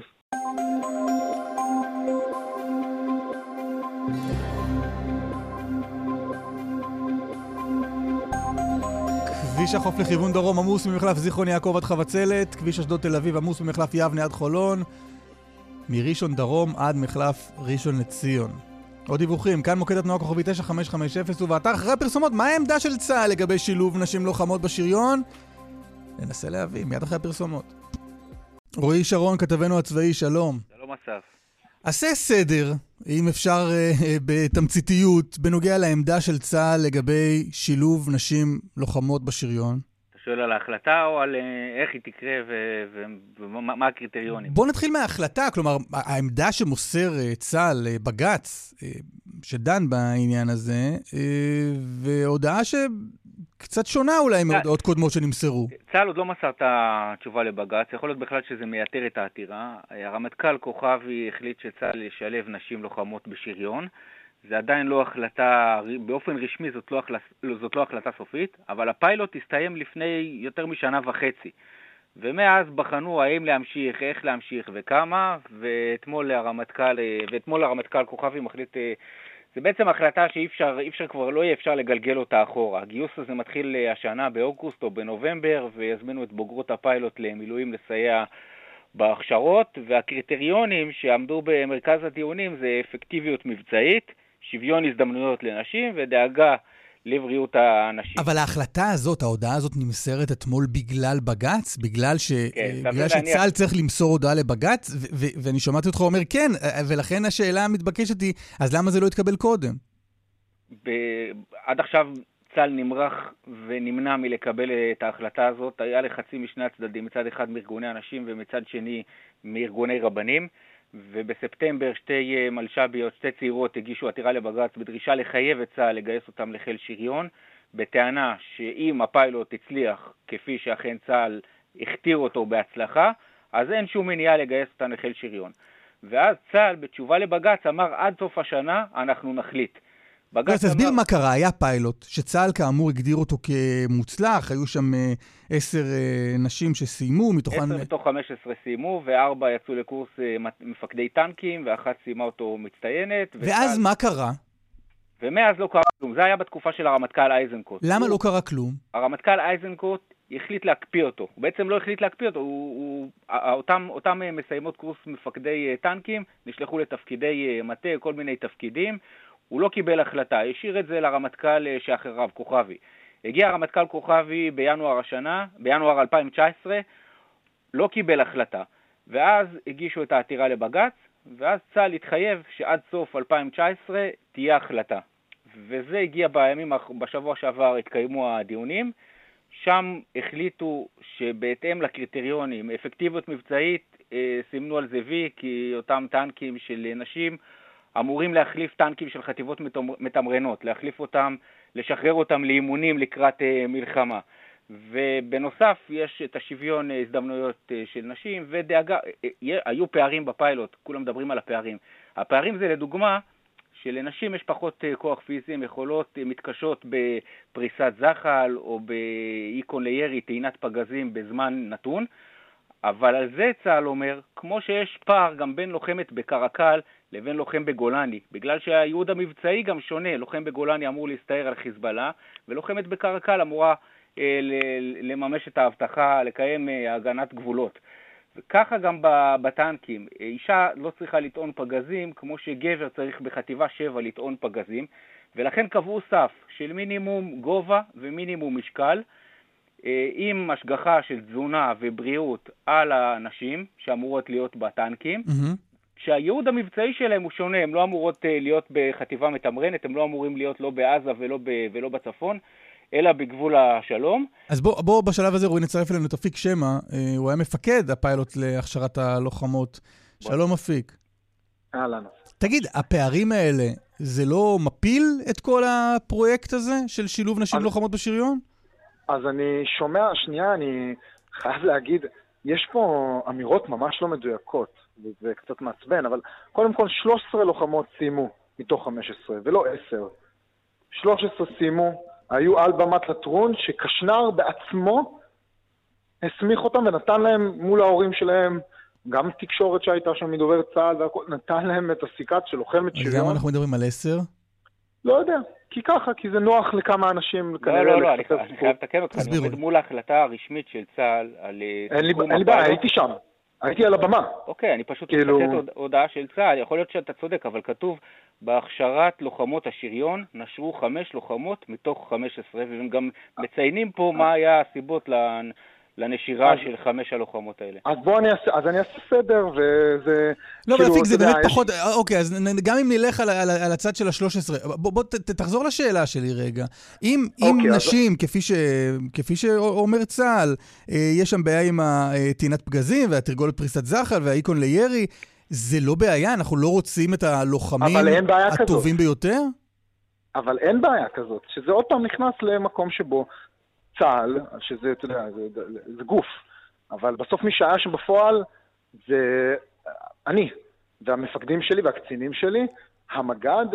כביש החוף לכיוון דרום עמוס ממחלף זיכרון יעקב עד חבצלת, כביש אשדוד תל אביב עמוס ממחלף יבנה עד חולון, מראשון דרום עד מחלף ראשון לציון. עוד דיווחים, כאן מוקד התנועה כוכבי תשע חמש חמש אפס ובאתר אחרי הפרסומות, מה העמדה של צה"ל לגבי שילוב נשים לוחמות בשריון? ננסה להביא, מיד אחרי הפרסומות. רועי שרון, כתבנו הצבאי, שלום. שלום אסף. עשה סדר, אם אפשר uh, בתמציתיות, בנוגע לעמדה של צה"ל לגבי שילוב נשים לוחמות בשריון. אתה שואל על ההחלטה או על uh, איך היא תקרה ומה ו- הקריטריונים? בוא נתחיל מההחלטה, כלומר, העמדה שמוסר uh, צה"ל, uh, בג"ץ, uh, שדן בעניין הזה, uh, והודעה ש... קצת שונה אולי מהודעות קודמות שנמסרו. צה"ל עוד לא מסר את התשובה לבג"ץ, יכול להיות בכלל שזה מייתר את העתירה. הרמטכ"ל כוכבי החליט שצה"ל ישלב נשים לוחמות בשריון. זה עדיין לא החלטה, באופן רשמי זאת לא, זאת לא החלטה סופית, אבל הפיילוט הסתיים לפני יותר משנה וחצי. ומאז בחנו האם להמשיך, איך להמשיך וכמה, ואתמול הרמטכ"ל, ואתמול הרמטכ"ל כוכבי מחליט... זה בעצם החלטה שאי אפשר, אי אפשר כבר, לא יהיה אפשר לגלגל אותה אחורה. הגיוס הזה מתחיל השנה באוגוסט או בנובמבר, ויזמינו את בוגרות הפיילוט למילואים לסייע בהכשרות, והקריטריונים שעמדו במרכז הדיונים זה אפקטיביות מבצעית, שוויון הזדמנויות לנשים ודאגה לבריאות האנשים. אבל ההחלטה הזאת, ההודעה הזאת נמסרת אתמול בגלל בגץ? בגלל, ש... כן, בגלל שצה"ל אני... צריך למסור הודעה לבגץ? ו- ו- ואני שמעתי אותך אומר כן, ולכן השאלה המתבקשת היא, אז למה זה לא התקבל קודם? ב... עד עכשיו צה"ל נמרח ונמנע מלקבל את ההחלטה הזאת. היה לחצים משני הצדדים, מצד אחד מארגוני אנשים ומצד שני מארגוני רבנים. ובספטמבר שתי מלשביות, שתי צעירות הגישו עתירה לבג"ץ בדרישה לחייב את צה"ל לגייס אותם לחיל שריון, בטענה שאם הפיילוט הצליח כפי שאכן צה"ל הכתיר אותו בהצלחה, אז אין שום מניעה לגייס אותם לחיל שריון. ואז צה"ל בתשובה לבג"ץ אמר עד סוף השנה אנחנו נחליט. תסביר מה קרה, היה פיילוט שצה"ל כאמור הגדיר אותו כמוצלח, היו שם עשר נשים שסיימו, מתוכן... עשר מתוך חמש עשרה סיימו, וארבע יצאו לקורס מפקדי טנקים, ואחת סיימה אותו מצטיינת. ואז מה קרה? ומאז לא קרה כלום, זה היה בתקופה של הרמטכ"ל אייזנקוט. למה לא קרה כלום? הרמטכ"ל אייזנקוט החליט להקפיא אותו, הוא בעצם לא החליט להקפיא אותו, הוא, הוא, אותם, אותם מסיימות קורס מפקדי טנקים, נשלחו לתפקידי מטה, כל מיני תפקידים, הוא לא קיבל החלטה, השאיר את זה לרמטכ"ל שאחריו, כוכבי. הגיע הרמטכ"ל כוכבי בינואר השנה, בינואר אלפיים תשע עשרה, לא קיבל החלטה. ואז הגישו את העתירה לבג"ץ, ואז צה"ל התחייב שעד סוף אלפיים תשע עשרה תהיה החלטה. וזה הגיע בימים, בשבוע שעבר התקיימו הדיונים, שם החליטו שבהתאם לקריטריונים, אפקטיביות מבצעית, סימנו על זה וי, כי אותם טנקים של נשים, אמורים להחליף טנקים של חטיבות מתמרנות, להחליף אותם, לשחרר אותם לאימונים לקראת מלחמה. ובנוסף יש את השוויון הזדמנויות של נשים ודאגה, היו פערים בפיילוט, כולם מדברים על הפערים. הפערים זה לדוגמה שלנשים יש פחות כוח פיזי, יכולות מתקשות בפריסת זחל או באיקון לירי, טעינת פגזים בזמן נתון, אבל על זה צה"ל אומר, כמו שיש פער גם בין לוחמת בקרקל לבין לוחם בגולני, בגלל שהייעוד המבצעי גם שונה, לוחם בגולני אמור להסתער על חיזבאללה, ולוחמת בקרקל אמורה אה, לממש את ההבטחה, לקיים אה, הגנת גבולות. וככה גם בטנקים, אישה לא צריכה לטעון פגזים, כמו שגבר צריך בחטיבה שבע לטעון פגזים, ולכן קבעו סף של מינימום גובה ומינימום משקל, עם השגחה של תזונה ובריאות על האנשים שאמורות להיות בטנקים, mm-hmm. שהייעוד המבצעי שלהם הוא שונה, הם לא אמורות להיות בחטיבה מתמרנת, הם לא אמורים להיות לא בעזה ולא, ב, ולא בצפון, אלא בגבול השלום. אז בוא, בוא בשלב הזה רואי נצרף אלינו את אפיק שמע, הוא היה מפקד הפיילוט להכשרת הלוחמות. בוא. שלום אפיק. אהלן. תגיד, הפערים האלה, זה לא מפיל את כל הפרויקט הזה של שילוב נשים אז... לוחמות בשריון? אז אני שומע, שנייה, אני חייב להגיד, יש פה אמירות ממש לא מדויקות, וזה קצת מעצבן, אבל קודם כל שלוש עשרה לוחמות סיימו מתוך חמש עשרה, ולא עשר. שלוש עשרה סיימו, היו על במת לטרון, שקשנר בעצמו הסמיך אותם ונתן להם מול ההורים שלהם, גם תקשורת שהייתה שם מדובר צה"ל, נתן להם את הסיכת של לוחמת שריון. אז למה אנחנו מדברים על עשר? לא יודע, כי ככה, כי זה נוח לכמה אנשים. לא, לא, לא, אני חייב לתקן אותך, אני עומד מול ההחלטה הרשמית של צה"ל על... אין לי בעיה, הייתי שם, הייתי על הבמה. אוקיי, אני פשוט מצטט הודעה של צה"ל, יכול להיות שאתה צודק, אבל כתוב, בהכשרת לוחמות השריון נשרו חמש לוחמות מתוך חמש עשרה, והם גם מציינים פה מה היה הסיבות לנשירה אז, של חמש הלוחמות האלה. אז בוא אני אעשה, אז אני אעשה סדר, וזה... לא, אבל אפיק, זה באמת פחות... אוקיי, אז גם אם נלך על, על, על הצד של ה-שלוש עשרה, בוא, בוא ת, תחזור לשאלה שלי רגע. אם, אוקיי, אם נשים, אז... כפי, ש, כפי שאומר צה"ל, יש שם בעיה עם טעינת פגזים, והתרגולת פריסת זחל, והאיקון לירי, זה לא בעיה? אנחנו לא רוצים את הלוחמים הטובים ביותר? אבל אין בעיה כזאת, שזה עוד פעם נכנס למקום שבו צה"ל, שזה, אתה יודע, זה, זה, זה גוף, אבל בסוף מי שהיה שם בפועל זה אני, והמפקדים שלי והקצינים שלי, המג"ד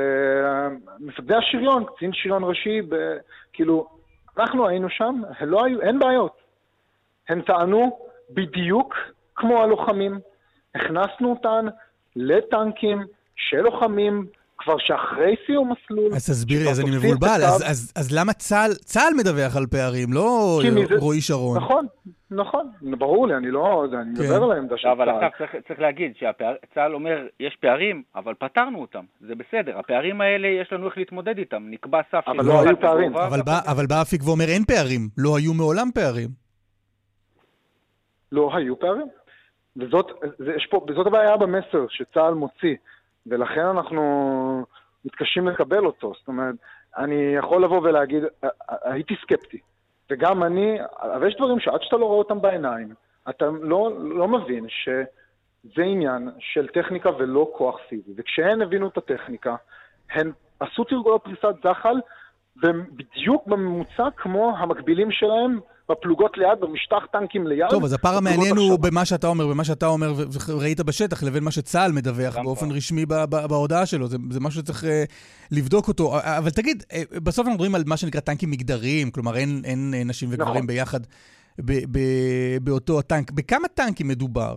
ומפקדי השריון, קצין שריון ראשי, ב, כאילו, אנחנו היינו שם, לא היו, אין בעיות. הם טענו בדיוק כמו הלוחמים, הכנסנו אותן לטנקים של לוחמים, כבר שאחרי סיום מסלול... אז תסבירי, אז אני מבולבל, אז, אז, אז למה צה"ל, צה"ל מדווח על פערים, לא רועי שרון? נכון, נכון, ברור לי, אני לא, אני מדבר על העמדה של צה"ל. אבל עכשיו צריך, צריך להגיד שצה"ל אומר, יש פערים, אבל פתרנו אותם, זה בסדר, הפערים האלה יש לנו איך להתמודד איתם, נקבע סף... אבל לא היו פערים. אבל בא, אבל בא אפיק ואומר, אין פערים, לא היו מעולם פערים. לא היו פערים, וזאת, זה, יש פה, וזאת הבעיה במסר שצה"ל מוציא, ולכן אנחנו מתקשים לקבל אותו. זאת אומרת, אני יכול לבוא ולהגיד, הייתי סקפטי, וגם אני, אבל יש דברים שעד שאתה לא רואה אותם בעיניים, אתה לא, לא מבין שזה עניין של טכניקה ולא כוח פיזי, וכשהן הבינו את הטכניקה, הן עשו תרגול פריסת זחל, ובדיוק בממוצע כמו המקבילים שלהם, בפלוגות ליד, במשטח טנקים ליד. טוב, אז הפער המעניין הוא במה שאתה אומר, במה שאתה אומר וראית בשטח, לבין מה שצה"ל מדווח באופן רשמי בהודעה שלו. זה, זה משהו שצריך לבדוק אותו. אבל תגיד, בסוף אנחנו מדברים על מה שנקרא טנקים מגדריים, כלומר אין, אין נשים וגברים נכון. ביחד ב, ב, באותו הטנק. בכמה טנקים מדובר?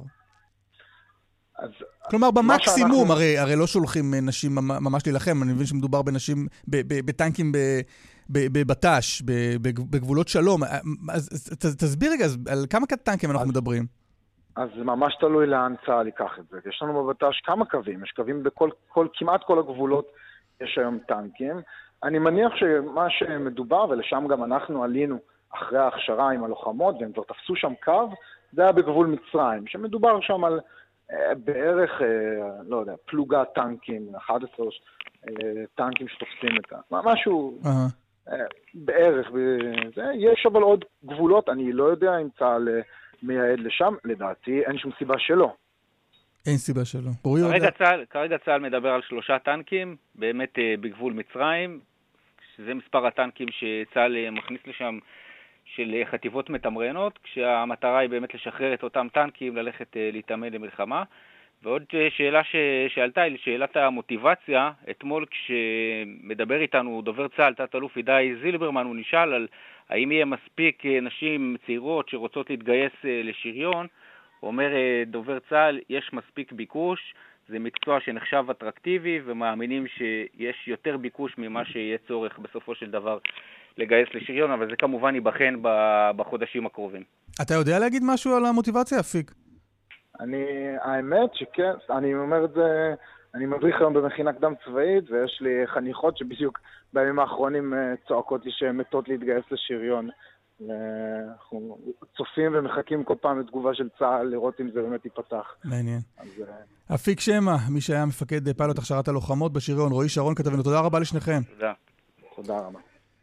אז כלומר, במקסימום, שאנחנו... הרי, הרי לא שולחים נשים ממש להילחם, אני מבין שמדובר בנשים, ב, ב, בטנקים ב... בבט"ש, בגבולות שלום. אז תסביר רגע, על כמה טנקים אנחנו מדברים? אז זה ממש תלוי לאן צה"ל ייקח את זה. יש לנו בבט"ש כמה קווים, יש קווים בכל, כל, כמעט כל הגבולות יש היום טנקים. אני מניח שמה שמדובר, ולשם גם אנחנו עלינו אחרי ההכשרה עם הלוחמות, והם כבר תפסו שם קו, זה היה בגבול מצרים, שמדובר שם על אה, בערך, אה, לא יודע, פלוגת טנקים, אחד עשר אה, טנקים שתופסים את זה. משהו... Uh-huh. בערך, זה, יש אבל עוד גבולות, אני לא יודע אם צה"ל מייעד לשם, לדעתי אין שום סיבה שלא. אין סיבה שלא. כרגע צה"ל, כרגע צה"ל מדבר על שלושה טנקים, באמת בגבול מצרים, שזה מספר הטנקים שצה"ל מכניס לשם של חטיבות מתמרנות, כשהמטרה היא באמת לשחרר את אותם טנקים, ללכת להתאמן למלחמה. ועוד שאלה ששאלתה היא שאלת המוטיבציה. אתמול כשמדבר איתנו דובר צה"ל, תת-אלוף עידאי זילברמן, הוא נשאל על האם יהיה מספיק נשים צעירות שרוצות להתגייס לשריון. הוא אומר, דובר צה"ל, יש מספיק ביקוש, זה מקצוע שנחשב אטרקטיבי, ומאמינים שיש יותר ביקוש ממה שיהיה צורך בסופו של דבר לגייס לשריון, אבל זה כמובן ייבחן בחודשים הקרובים. אתה יודע להגיד משהו על המוטיבציה, אפיק? אני, האמת שכן, אני אומר את זה, אני מדריך היום במכינה קדם צבאית, ויש לי חניכות שבדיוק בימים האחרונים צועקות לי שהן מתות להתגייס לשריון. ואנחנו צופים ומחכים כל פעם לתגובה של צה"ל, לראות אם זה באמת ייפתח. מעניין. אז... אפיק שמה, מי שהיה מפקד פיילוט הכשרת הלוחמות בשריון, רועי שרון כתבנו, תודה רבה לשניכם. תודה. תודה רבה.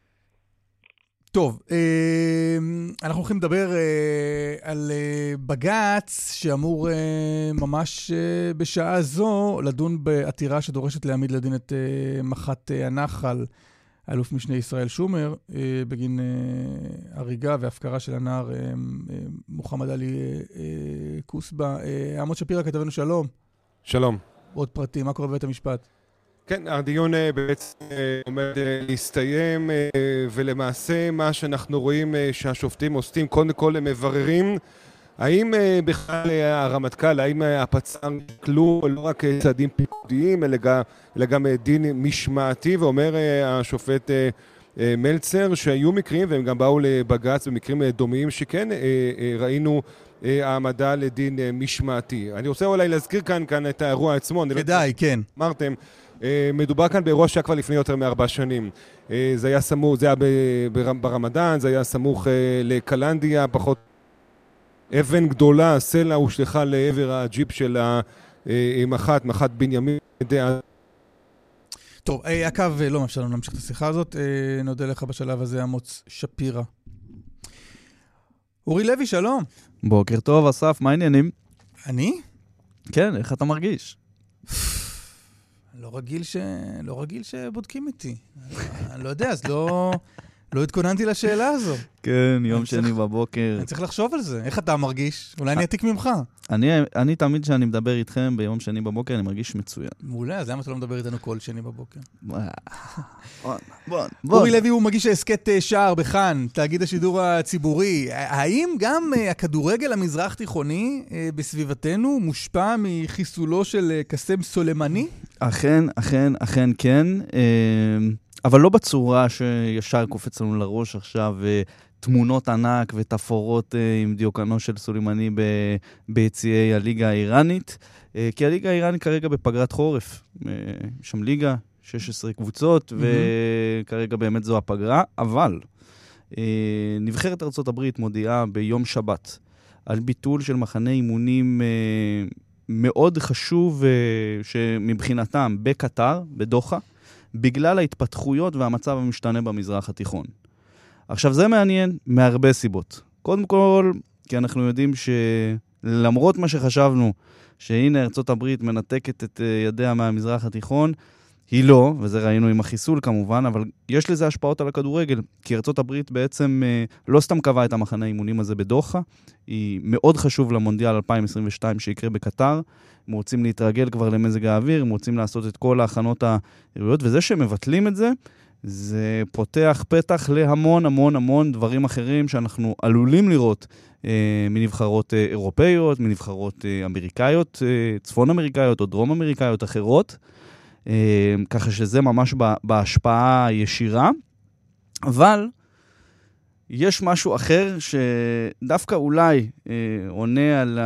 טוב, אנחנו הולכים לדבר על בג"ץ שאמור ממש בשעה זו לדון בעתירה שדורשת להעמיד לדין את מח"ט הנחל, אלוף משנה ישראל שומר, בגין הריגה והפקרה של הנער מוחמד עלי קוסבה. עמוד שפירא כתבנו, שלום. שלום. עוד פרטים, מה קורה בבית המשפט? כן, הדיון בעצם עומד להסתיים, ולמעשה מה שאנחנו רואים שהשופטים עושים, קודם כל הם מבררים האם בכלל הרמטכ"ל, האם הפצ"ר כלו לא רק צעדים פיקודיים, אלא גם דין משמעתי, ואומר השופט מלצר שהיו מקרים, והם גם באו לבג"ץ במקרים דומיים, שכן ראינו העמדה לדין משמעתי. אני רוצה אולי להזכיר כאן, כאן את האירוע עצמו. כדאי, כן. אמרתם, מדובר כאן באירוע שהיה כבר לפני יותר מארבע שנים. זה היה סמוך, זה היה ברמדאן, זה היה סמוך לקלנדיה, פחות אבן גדולה, סלע הושלכה לעבר הג'יפ של המח"ט, מח"ט בנימין. טוב, הקו לא מאפשר לנו להמשיך את השיחה הזאת. נודה לך בשלב הזה, עמוץ שפירא. אורי לוי, שלום. בוקר טוב, אסף, מה העניינים? אני? כן, איך אתה מרגיש? לא רגיל ש... לא רגיל שבודקים איתי. אני לא יודע, אז לא... לא התכוננתי לשאלה הזו. כן, יום שני בבוקר. אני צריך לחשוב על זה. איך אתה מרגיש? אולי אני אעתיק ממך. אני תמיד כשאני מדבר איתכם ביום שני בבוקר, אני מרגיש מצוין. מעולה, אז למה אתה לא מדבר איתנו כל שני בבוקר? בוא, אורי לוי הוא מגיש הסקט שער בכאן, תאגיד השידור הציבורי. האם גם הכדורגל המזרח תיכוני בסביבתנו מושפע מחיסולו של קסם סולימני? אכן, אכן, אכן כן. אבל לא בצורה שישר קופץ לנו לראש עכשיו תמונות ענק ותפורות עם דיוקנו של סולימני ביציעי הליגה האיראנית. כי הליגה האיראנית כרגע בפגרת חורף. שם ליגה, שש עשרה קבוצות, וכרגע באמת זו הפגרה. אבל נבחרת ארצות הברית מודיעה ביום שבת על ביטול של מחנה אימונים מאוד חשוב שמבחינתם בקטר, בדוחה, בגלל ההתפתחויות והמצב המשתנה במזרח התיכון. עכשיו זה מעניין מהרבה סיבות. קודם כל, כי אנחנו יודעים שלמרות מה שחשבנו, שהנה ארצות הברית מנתקת את ידיה מהמזרח התיכון, היא לא, וזה ראינו עם החיסול כמובן, אבל יש לזה השפעות על הכדורגל, כי ארצות הברית בעצם לא סתם קבעה את המחנה האימונים הזה בדוחה, היא מאוד חשוב למונדיאל אלפיים עשרים ושתיים שיקרה בקטר, הם רוצים להתרגל כבר למזג האוויר, הם רוצים לעשות את כל ההכנות האירויות, וזה שהם מבטלים את זה, זה פותח פתח להמון המון המון דברים אחרים שאנחנו עלולים לראות אה, מנבחרות אה, אירופאיות, מנבחרות אה, אמריקאיות, אה, צפון אמריקאיות או דרום אמריקאיות אחרות, אה, ככה שזה ממש בהשפעה הישירה, אבל יש משהו אחר שדווקא אולי אה, עונה על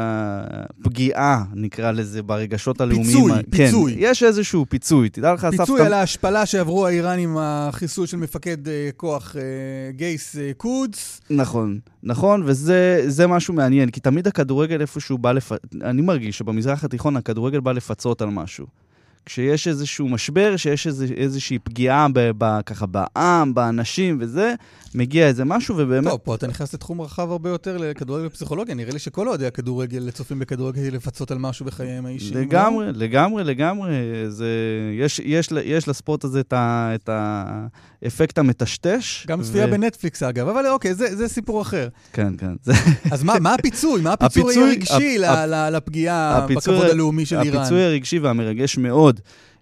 הפגיעה, נקרא לזה, ברגשות הלאומיים. פיצוי, כן, פיצוי. יש איזשהו פיצוי. תדע לך, פיצוי על ההשפלה שעברו האיראנים, החיסול של מפקד אה, כוח אה, גייס אה, קודס. נכון, נכון, וזה זה משהו מעניין, כי תמיד הכדורגל איפשהו בא לפ... אני מרגיש שבמזרח התיכון הכדורגל בא לפצות על משהו. כשיש איזשהו משבר, שיש איז, איזושהי פגיעה ב, ב, ככה בעם, באנשים וזה, מגיע איזה משהו ובאמת... טוב, פה אתה נכנס לתחום רחב הרבה יותר לכדורגל ופסיכולוגיה. נראה לי שכל אוהדי הכדורגל לצופים בכדורגל לפצות על משהו בחייהם האישיים. לגמרי, לא? לגמרי, לגמרי. זה, יש, יש, יש לספורט הזה את, ה, את האפקט המטשטש. גם צפייה ו... בנטפליקס אגב, אבל אוקיי, זה, זה סיפור אחר. כן, כן. זה... אז מה, מה הפיצוי? מה הפיצוי הרגשי לפגיעה בכבוד הלאומי של איראן? הפיצוי הרגשי והמרגש מאוד.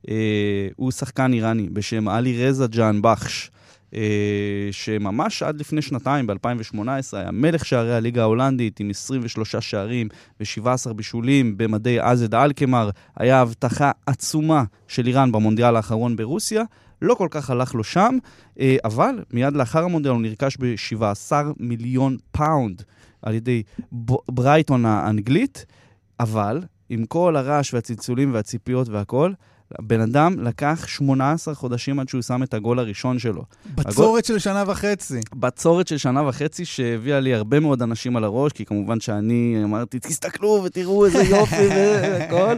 אה, הוא שחקן איראני בשם עלי רזה ג'אן בחש, אה, שממש עד לפני שנתיים, ב-אלפיים ושמונה עשרה, היה מלך שערי הליגה ההולנדית עם עשרים ושלושה שערים ו-שבעה עשר בישולים במדי עזד אלקמר. היה הבטחה עצומה של איראן במונדיאל האחרון ברוסיה. לא כל כך הלך לו שם, אה, אבל מיד לאחר המונדיאל הוא נרכש ב-שבעה עשר מיליון פאונד על ידי ב- ברייטון האנגלית, אבל עם כל הרעש והצלצולים והציפיות והכל, בן אדם לקח שמונה עשרה חודשים עד שהוא שם את הגול הראשון שלו. בצורת של שנה וחצי. בצורת של שנה וחצי שהביאה לי הרבה מאוד אנשים על הראש, כי כמובן שאני אמרתי, תסתכלו ותראו איזה יופי והכל.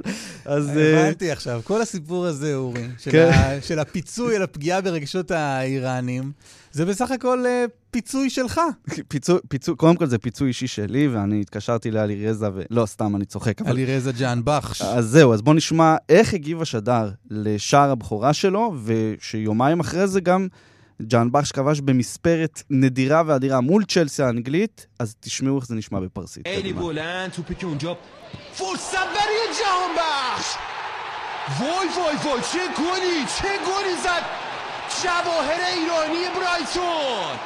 הבנתי עכשיו, כל הסיפור הזה, אורי, של הפיצוי על הפגיעה ברגשות האיראנים, זה בסך הכל פיצוי שלך. פיצוי, פיצוי, קודם כל זה פיצוי אישי שלי, ואני התקשרתי לעלי רזה, ולא, סתם, אני צוחק. עלי רזה ג'אן בחש. אז זהו, אז בוא נשמע איך הגיב השדר לשער הבכורה שלו, ושיומיים אחרי זה גם ג'אן בחש כבש במספרת נדירה ואדירה מול צ'לסי האנגלית, אז תשמעו איך זה נשמע בפרסית. ایلی بلند توپی که اونجا فرصت برای جهان بخش وای وای وای چه گلی چه گلی زد جواهر ایرانی برایتون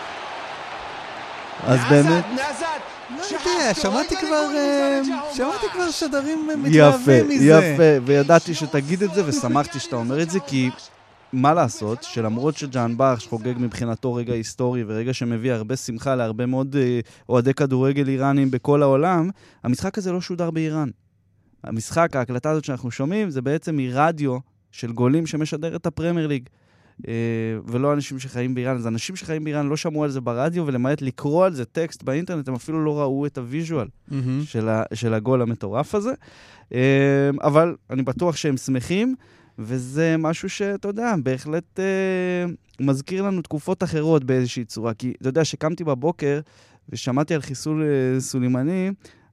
אז באמת... לא יודע, שמעתי כבר, שמעתי כבר שדרים מתלהבים מזה. יפה, יפה, וידעתי שתגיד את זה, ושמחתי שאתה אומר את זה, כי מה לעשות, שלמרות שג'אן בחש חוגג מבחינתו רגע היסטורי, ורגע שמביא הרבה שמחה להרבה מאוד אוהדי כדורגל איראנים בכל העולם, המשחק הזה לא שודר באיראן. המשחק, ההקלטה הזאת שאנחנו שומעים, זה בעצם מרדיו של גולים שמשדר את הפרמייר ליג. ולא אנשים שחיים באיראן, אז אנשים שחיים באיראן לא שמעו על זה ברדיו, ולמעט לקרוא על זה טקסט באינטרנט, הם אפילו לא ראו את הוויז'ואל mm-hmm. של, ה, של הגול המטורף הזה. אבל אני בטוח שהם שמחים, וזה משהו שאתה יודע, בהחלט מזכיר לנו תקופות אחרות באיזושהי צורה, כי אתה יודע שקמתי בבוקר ושמעתי על חיסול סולימני,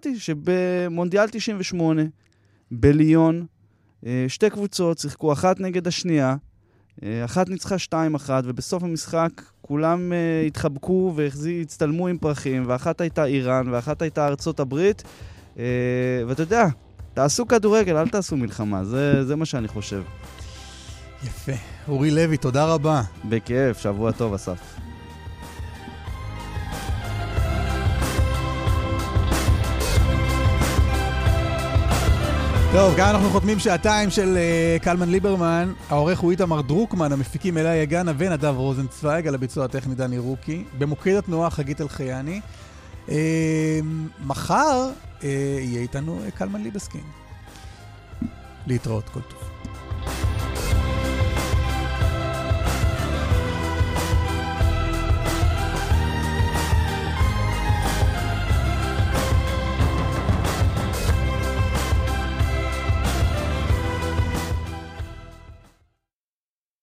אמרתי שבמונדיאל תשעים ושמונה, בליון, שתי קבוצות שיחקו אחת נגד השנייה, אחת ניצחה שתיים אחת, ובסוף המשחק כולם התחבקו והצטלמו עם פרחים, ואחת הייתה איראן, ואחת הייתה ארצות הברית, ואתה יודע, תעשו כדורגל, אל תעשו מלחמה, זה, זה מה שאני חושב. יפה. אורי לוי, תודה רבה. בכיף, שבוע טוב, אסף. טוב, כאן אנחנו חותמים שעתיים של uh, קלמן ליברמן. העורך הוא איתמר דרוקמן, המפיקים אלה יגנה ונדב רוזנצוויג, על הביצוע הטכני דני רוקי. במוקד התנועה חגית אלחייני. Uh, מחר uh, יהיה איתנו uh, קלמן ליבסקין. להתראות, כל טוב.